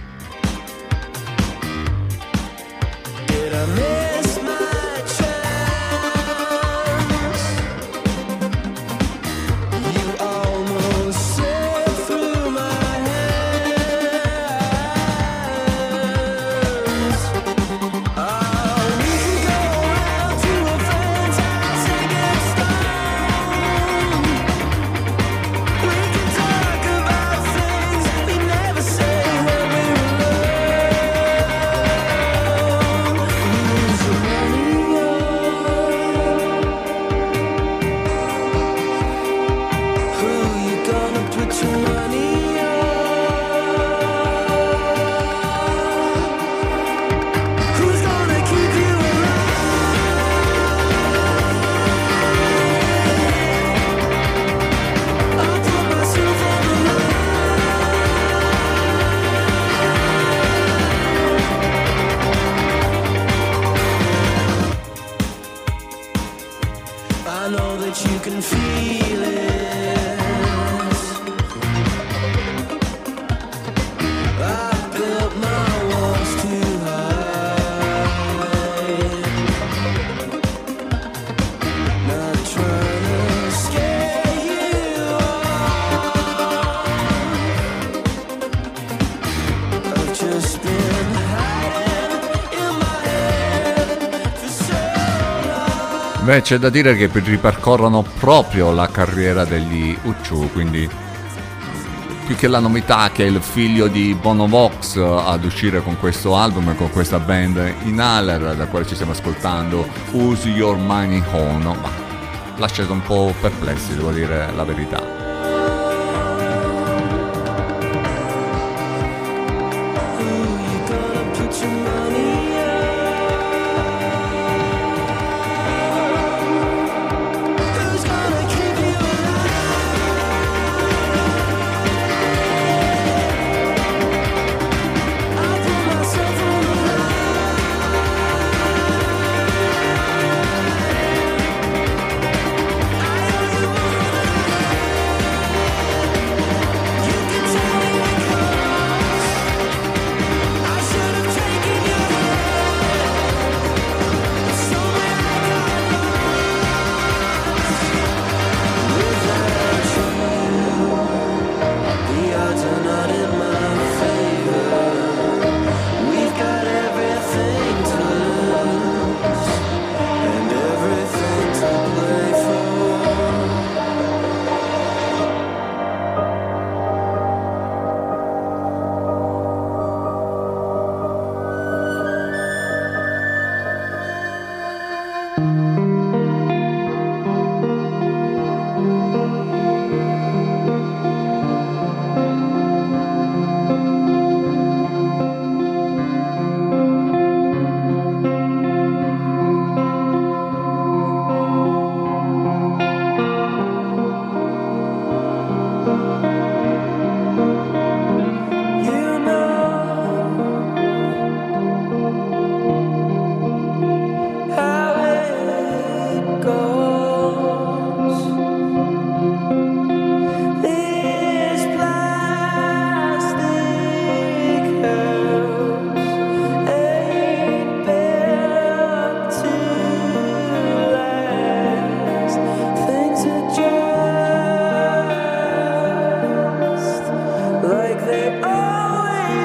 Beh, c'è da dire che ripercorrono proprio la carriera degli U due, quindi più che la novità che è il figlio di Bono Vox ad uscire con questo album e con questa band Inhaler, da quale ci stiamo ascoltando Use Your Money On, ma lasciate un po' perplessi, devo dire la verità.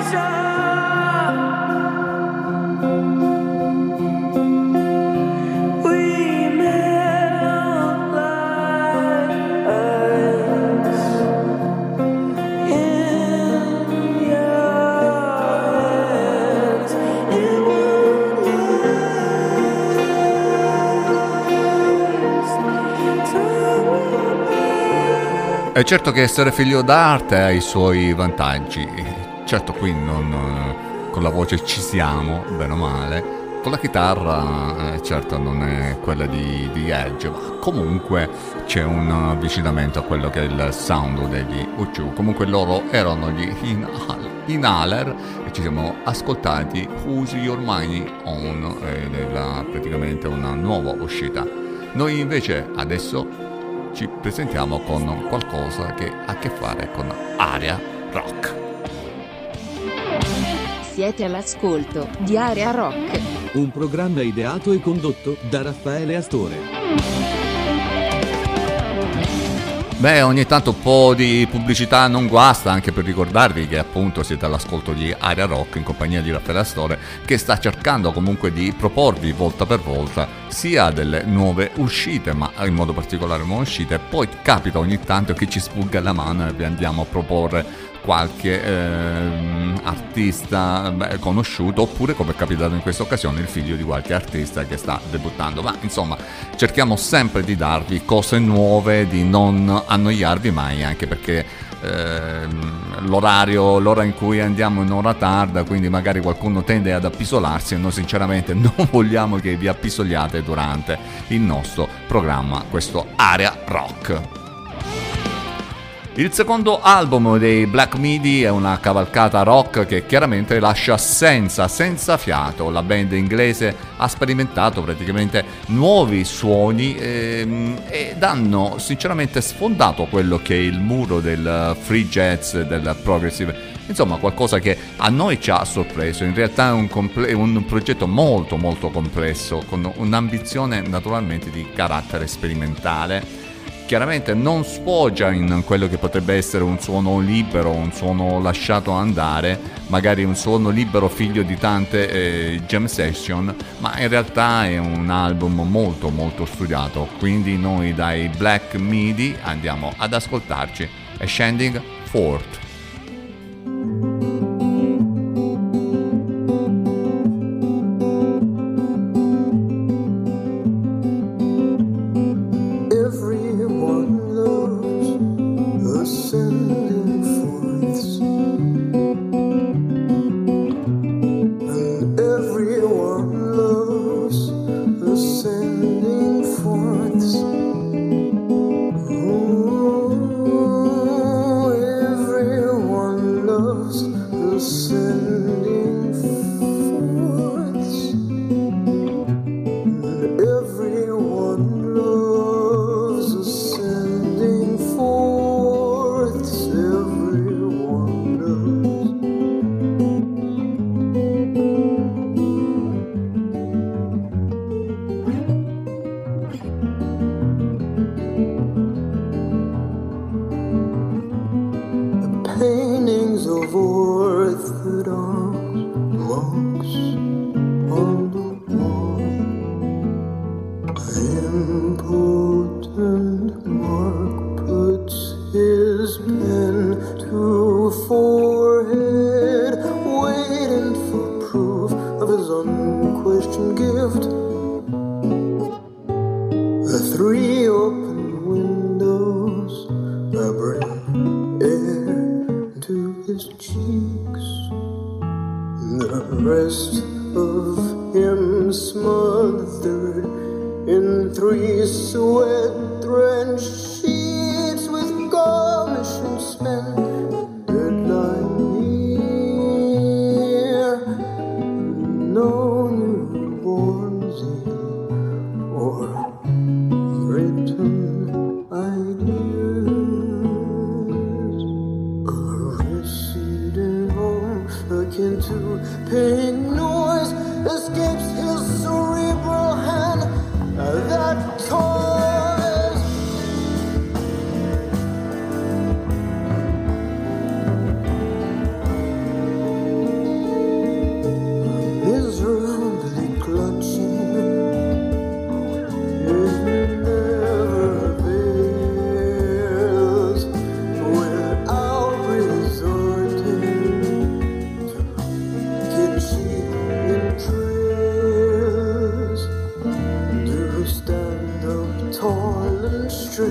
È certo che essere figlio d'arte ha i suoi vantaggi. Certo, qui non, con la voce ci siamo, bene o male. Con la chitarra, eh, certo, non è quella di, di Edge, ma comunque c'è un avvicinamento a quello che è il sound degli U due. Comunque loro erano gli Inhaler e ci siamo ascoltati Who's Your Money On, eh, della, praticamente una nuova uscita. Noi invece adesso ci presentiamo con qualcosa che ha a che fare con Area Rock. Siete all'ascolto di Area Rock, un programma ideato e condotto da Raffaele Astore. Beh, ogni tanto un po' di pubblicità non guasta, anche per ricordarvi che appunto siete all'ascolto di Area Rock in compagnia di Raffaele Astore, che sta cercando comunque di proporvi volta per volta sia delle nuove uscite, ma in modo particolare nuove uscite, e poi capita ogni tanto che ci sfugga la mano e vi andiamo a proporre qualche ehm, artista beh, conosciuto, oppure, come è capitato in questa occasione, il figlio di qualche artista che sta debuttando. Ma insomma, cerchiamo sempre di darvi cose nuove, di non annoiarvi mai, anche perché ehm, l'orario, l'ora in cui andiamo in ora tarda, quindi magari qualcuno tende ad appisolarsi e noi sinceramente non vogliamo che vi appisoliate durante il nostro programma, questo Area Rock. Il secondo album dei Black Midi è una cavalcata rock che chiaramente lascia senza, senza fiato. La band inglese ha sperimentato praticamente nuovi suoni ehm, ed hanno sinceramente sfondato quello che è il muro del free jazz, del progressive. Insomma, qualcosa che a noi ci ha sorpreso. In realtà è un, comple- un progetto molto molto complesso, con un'ambizione naturalmente di carattere sperimentale. Chiaramente non sfoggia in quello che potrebbe essere un suono libero, un suono lasciato andare, magari un suono libero figlio di tante eh, jam session, ma in realtà è un album molto molto studiato. Quindi noi dai Black Midi andiamo ad ascoltarci Ascending Forth.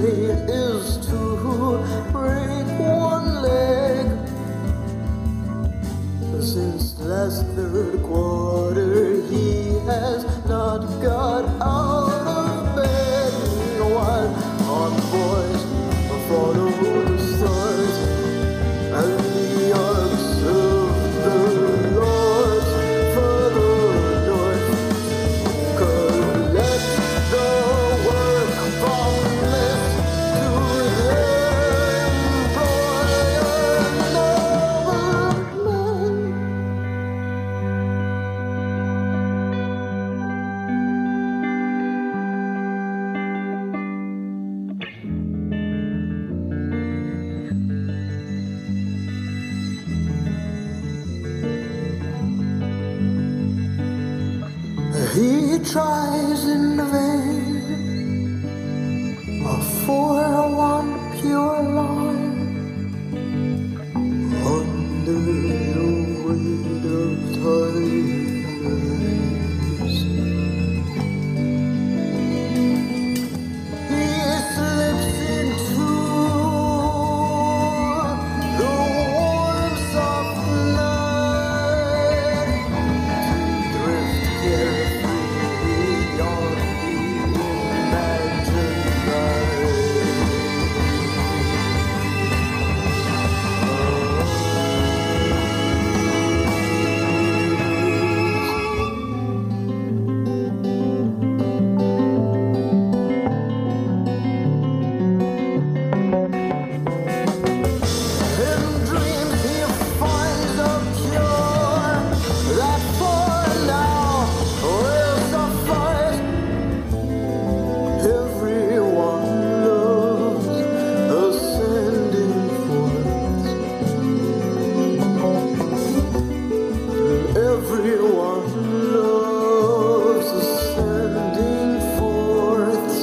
fate is to break one leg. Since last third quarter he has not got out of bed. Meanwhile, on boys follow the stars and the arcs of the Lord further north. Collect the work from left to their employer, nobleman. He tries in vain for one pure line under the weight of times. He slips into the warm soft night to drift carefree beyond the imagined light. In dreams he finds a cure that for now will suffice. Everyone loves ascending forth. Everyone loves ascending forth.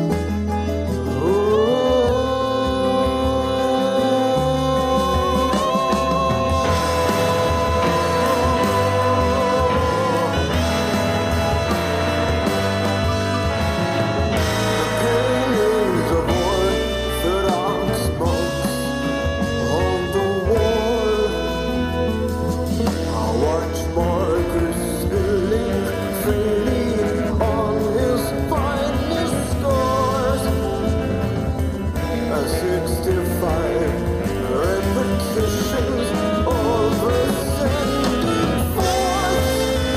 Paintings of Orthodox monks on the wall. I watch Marcus spilling freely on his finest scars. A sixty-five repetitions of ascending forth.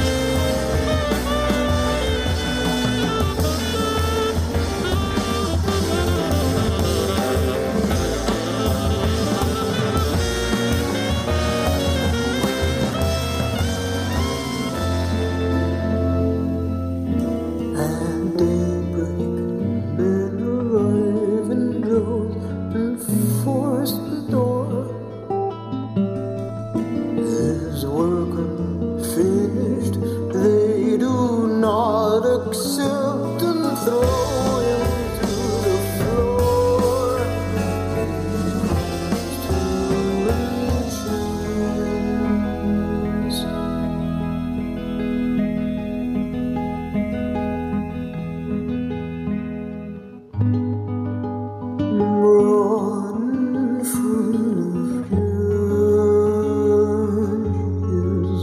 At daybreak, men arrive in droves and force the door. His work unfinished, they do not accept and throw him to the floor. Run from the furious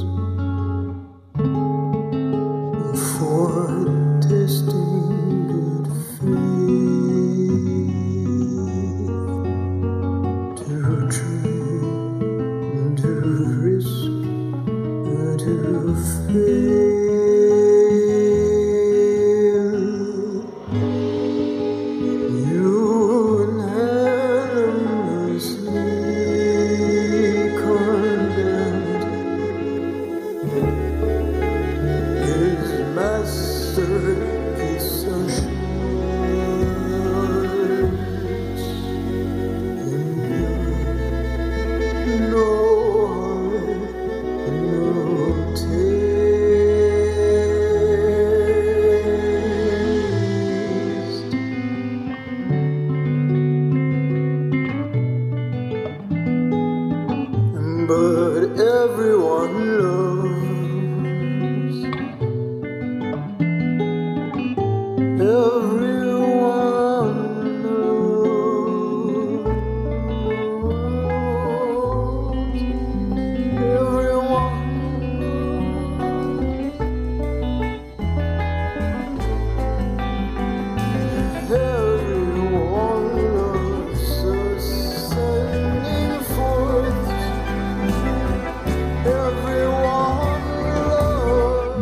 for testing good faith, to try, to risk, to fail. Unanimously condemned. His masterpiece assurance in you. No harm, no taste. But everyone loves.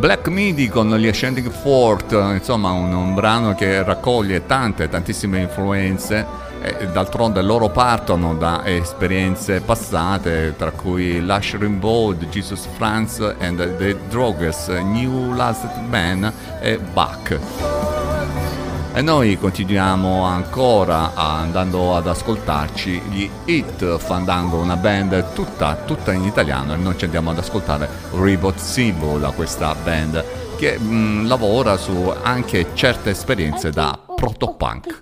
Black Midi con gli Ascending Fort, insomma un, un brano che raccoglie tante, tantissime influenze e d'altronde loro partono da esperienze passate, tra cui Lush Rimbaud, Jesus Franz and the Drogues, New Last Man e Bach. E noi continuiamo ancora andando ad ascoltarci gli Hit Fandango, una band tutta, tutta in italiano, e noi ci andiamo ad ascoltare Rebot Symbol, questa band che mh, lavora su anche certe esperienze da protopunk.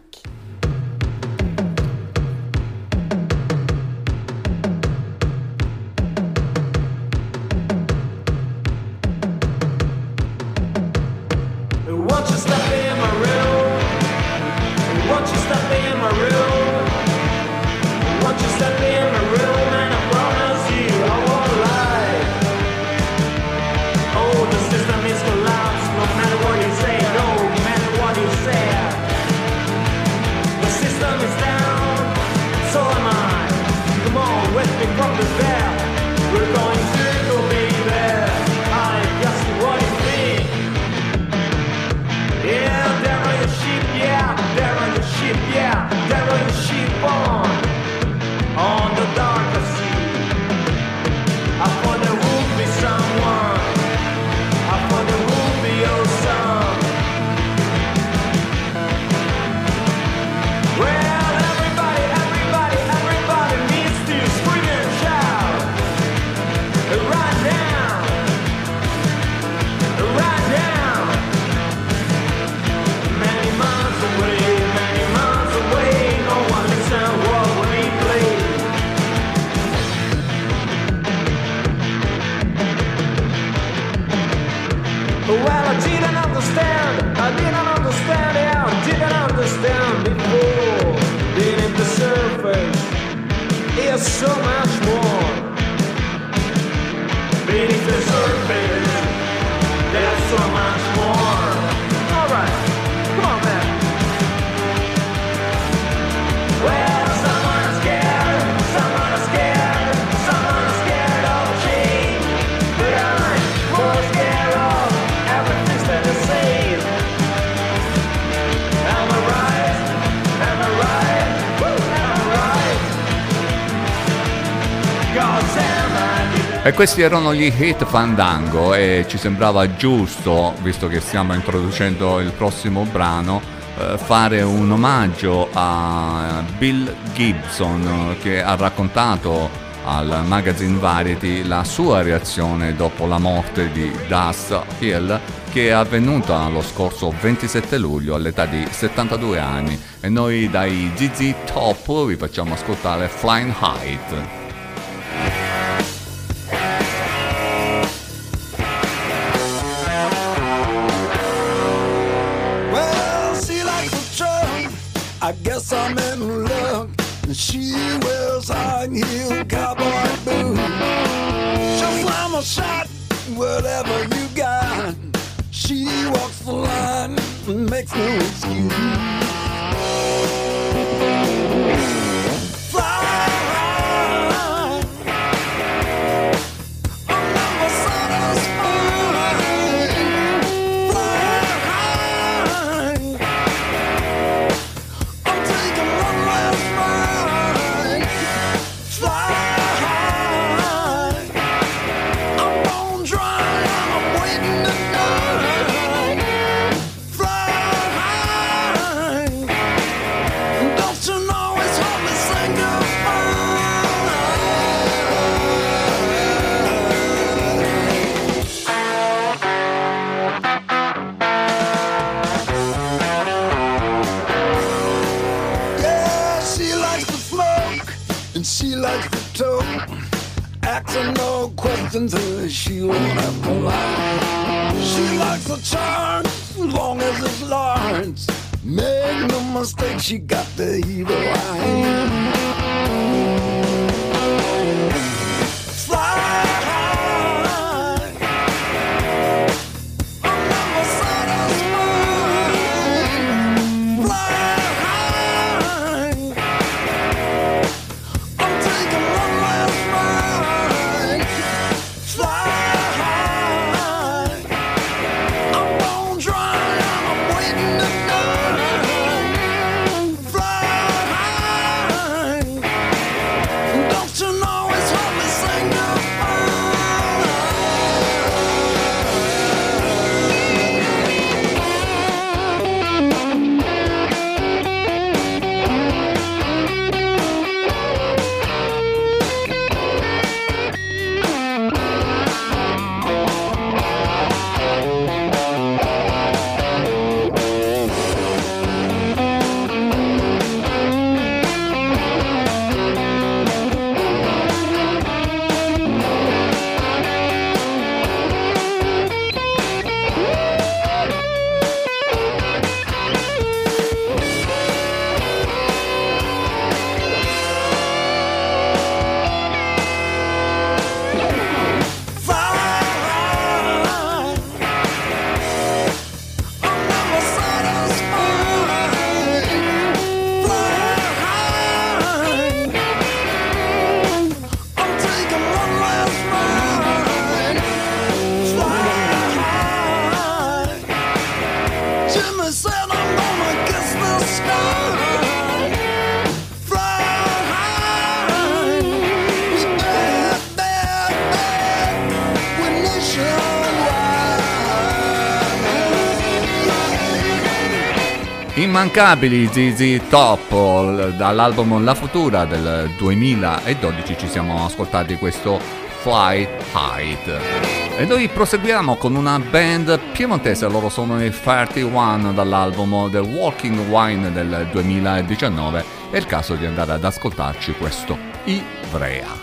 E questi erano gli Hit Fandango e ci sembrava giusto, visto che stiamo introducendo il prossimo brano, eh, fare un omaggio a Bill Gibson, che ha raccontato al magazine Variety la sua reazione dopo la morte di Das Hill, che è avvenuta lo scorso ventisette luglio all'età di settantadue anni. E noi dai Z Z Top vi facciamo ascoltare Flying High. I guess I'm in luck. She wears high-heel cowboy boots. She'll slam a shot, whatever you got. She walks the line and makes no excuse. Fly high, I'm never satisfied. Fly high, I'm taking one last ride. Fly high, I'm bone dry, I'm waiting to die. Fly high, don't you know it's hard to say goodbye? Yeah, she likes to smoke and she likes to talk. Asking no questions, uh, she won't have to lie. She likes a charge as long as it's large. Make no mistake, she got the evil eye. Fly high, I'm never satisfied. Fly high, I'm taking one last ride. Fly high, Immancabili Z Z Top, dall'album La Futura del duemiladodici ci siamo ascoltati questo Fly High. E noi proseguiamo con una band piemontese, loro sono i trentuno dall'album The Walking Wine del duemiladiciannove. È il caso di andare ad ascoltarci questo Ivrea.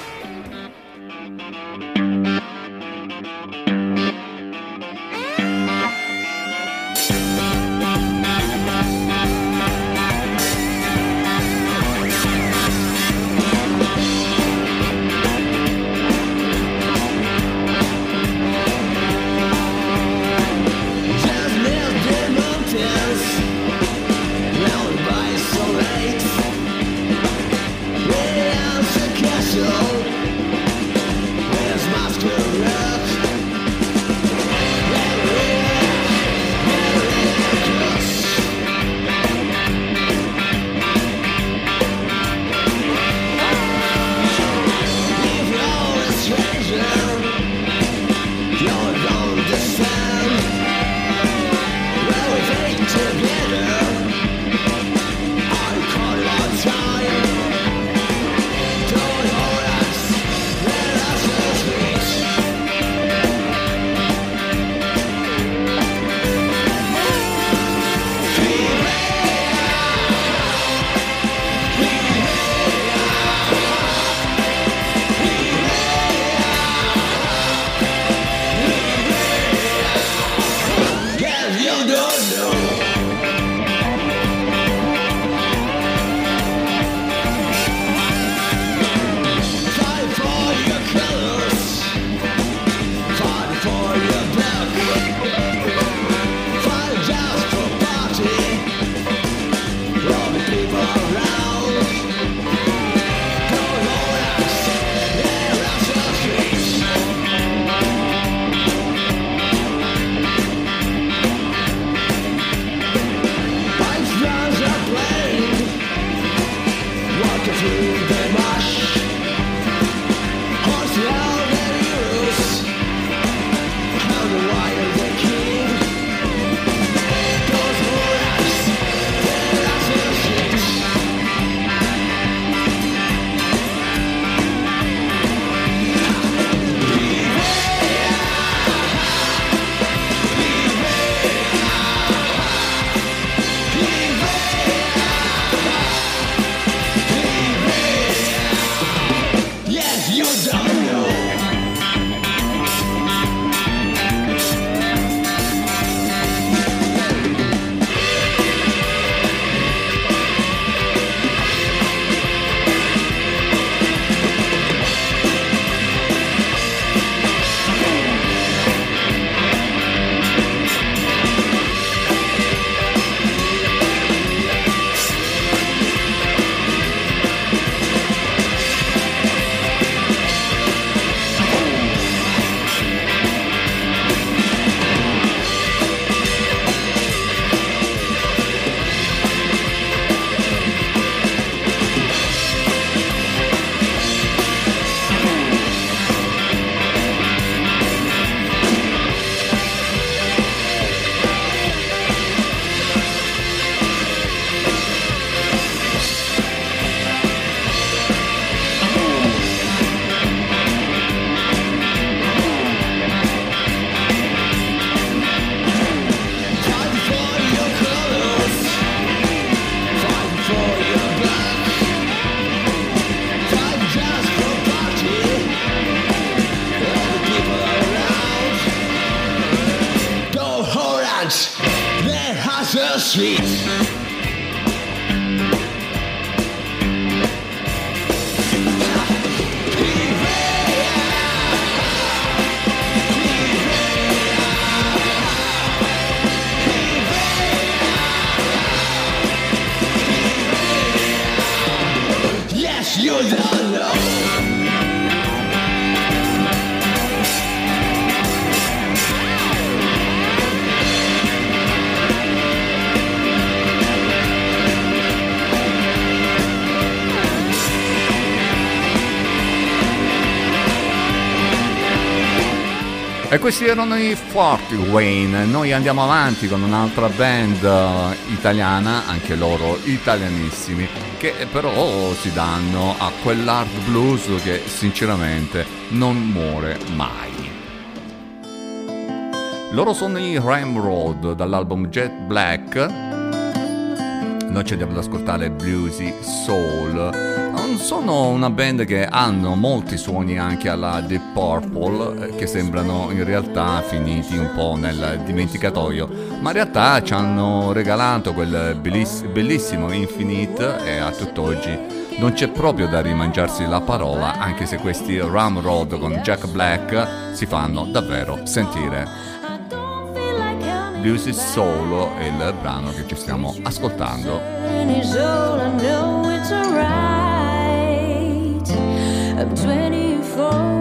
Street. Yes, you don't know. E questi erano i Fort Wayne. Noi andiamo avanti con un'altra band uh, italiana, anche loro italianissimi, che però si danno a quell'hard blues che sinceramente non muore mai. Loro sono i Ramrod dall'album Jet Black. Noi ci andiamo ad ascoltare Bluesy Soul. Sono una band che hanno molti suoni anche alla Deep Purple, che sembrano in realtà finiti un po' nel dimenticatoio, ma in realtà ci hanno regalato quel belliss- bellissimo Infinite, e a tutt'oggi non c'è proprio da rimangiarsi la parola, anche se questi Ramrod con Jack Black si fanno davvero sentire. Bluesy Soul è il brano che ci stiamo ascoltando. I'm twenty-four.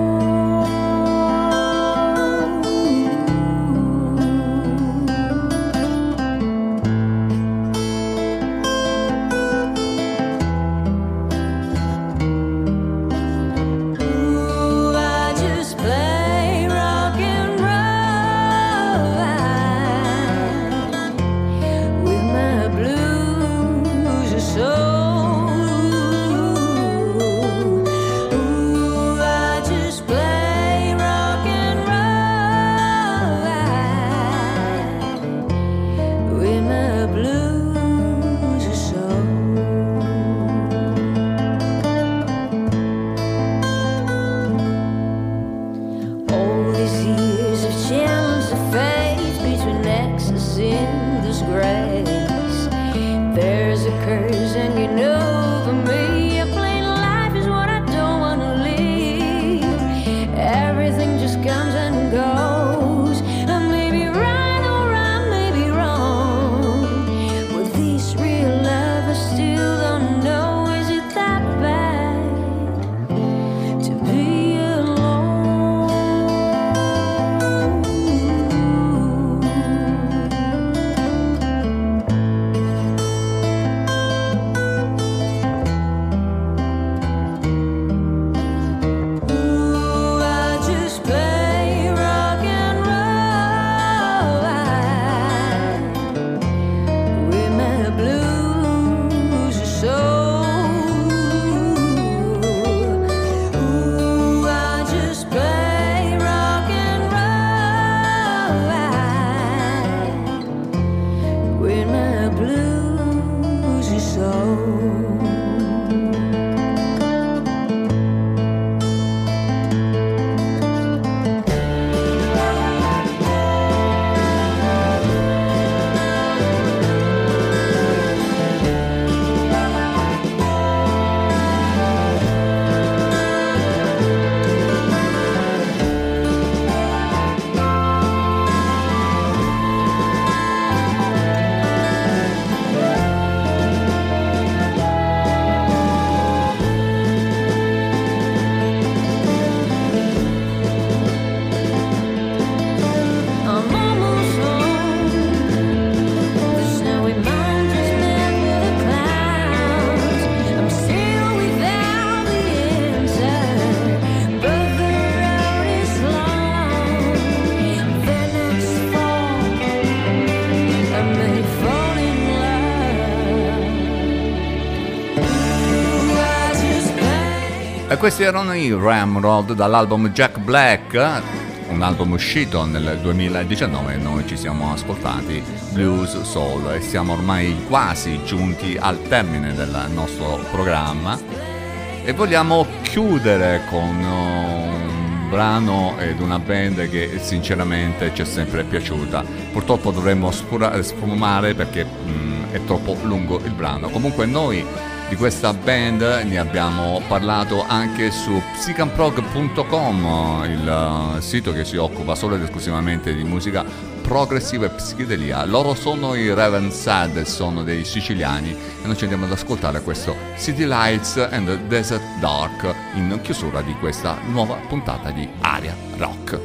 E questi erano i Ramrod dall'album Jack Black, un album uscito nel duemiladiciannove. Noi ci siamo ascoltati Blues Soul e siamo ormai quasi giunti al termine del nostro programma e vogliamo chiudere con un brano ed una band che sinceramente ci è sempre piaciuta. Purtroppo dovremmo spura- sfumare perché mh, è troppo lungo il brano. Comunque noi di questa band ne abbiamo parlato anche su psycamprog punto com, il sito che si occupa solo ed esclusivamente di musica progressiva e psichedelia. Loro sono i Raven Sad, sono dei siciliani e noi ci andiamo ad ascoltare questo City Lights and Desert Dark in chiusura di questa nuova puntata di Aria Rock.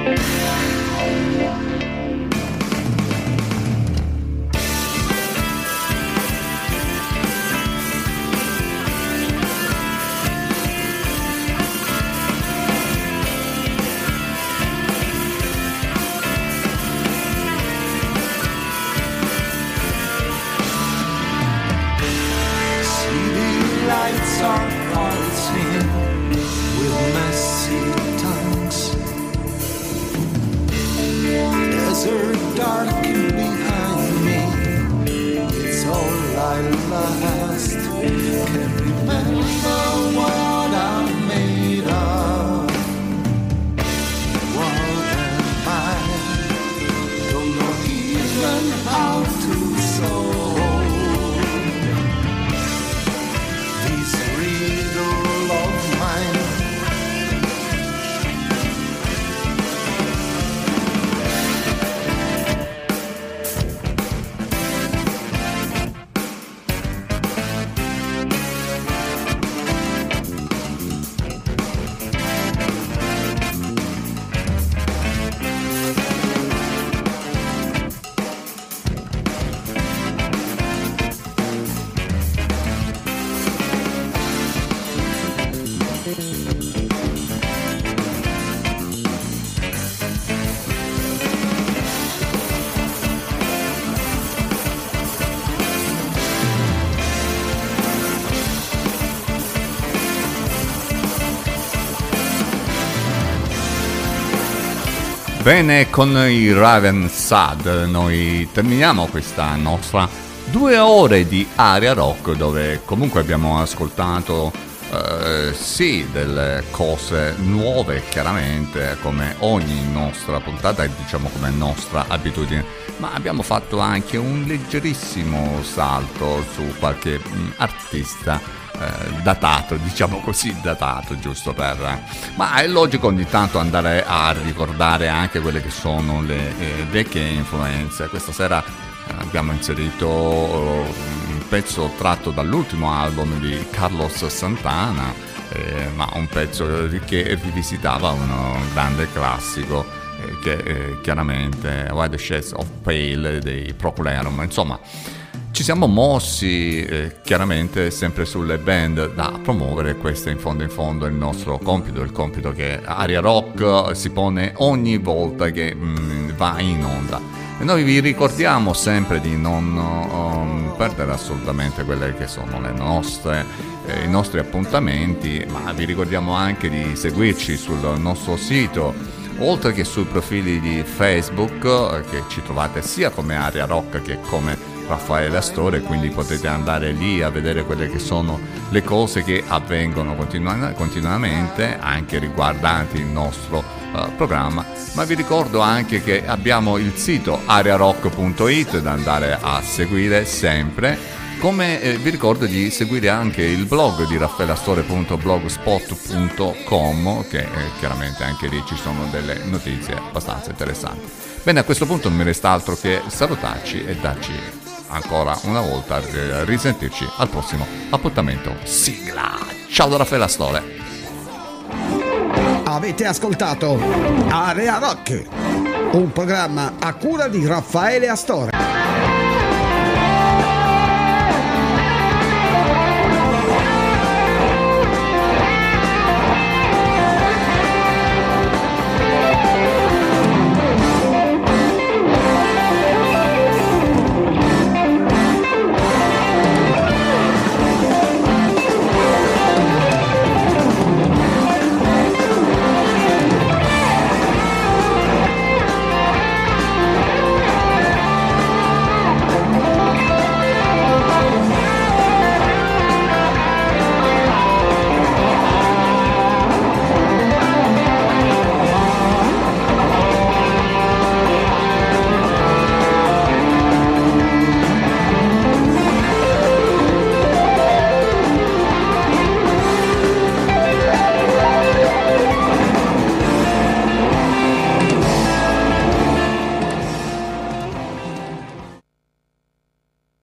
Lights are pulsing with messy tongues. Desert darkened behind me. It's all I lost. Can't remember what I'm made of. What am I? Don't know even how to soar. Bene, con i Raven Sad noi terminiamo questa nostra due ore di Area Rock, dove comunque abbiamo ascoltato eh, sì delle cose nuove, chiaramente, come ogni nostra puntata e diciamo come nostra abitudine, ma abbiamo fatto anche un leggerissimo salto su qualche mh, artista datato, diciamo così, datato, giusto per... ma è logico ogni tanto andare a ricordare anche quelle che sono le eh, vecchie influenze. Questa sera abbiamo inserito un pezzo tratto dall'ultimo album di Carlos Santana, eh, ma un pezzo che rivisitava un grande classico eh, che eh, chiaramente Why the Shades of Pale dei Proclaim. Insomma, ci siamo mossi eh, chiaramente sempre sulle band da promuovere. Questo in fondo in fondo è il nostro compito, il compito che Area Rock si pone ogni volta che mh, va in onda. E noi vi ricordiamo sempre di non um, perdere assolutamente quelle che sono le nostre, eh, i nostri appuntamenti, ma vi ricordiamo anche di seguirci sul nostro sito, oltre che sui profili di Facebook, eh, che ci trovate sia come Area Rock che come Raffaele Astore, quindi potete andare lì a vedere quelle che sono le cose che avvengono continu- continuamente, anche riguardanti il nostro uh, programma. Ma vi ricordo anche che abbiamo il sito area rock punto it da andare a seguire sempre, come eh, vi ricordo di seguire anche il blog di raffaeleastore punto blogspot punto com, che eh, chiaramente anche lì ci sono delle notizie abbastanza interessanti. Bene, a questo punto non mi resta altro che salutarci e darci ancora una volta a risentirci al prossimo appuntamento. Sigla! Ciao da Raffaele Astore. Avete ascoltato Area Rock, un programma a cura di Raffaele Astore.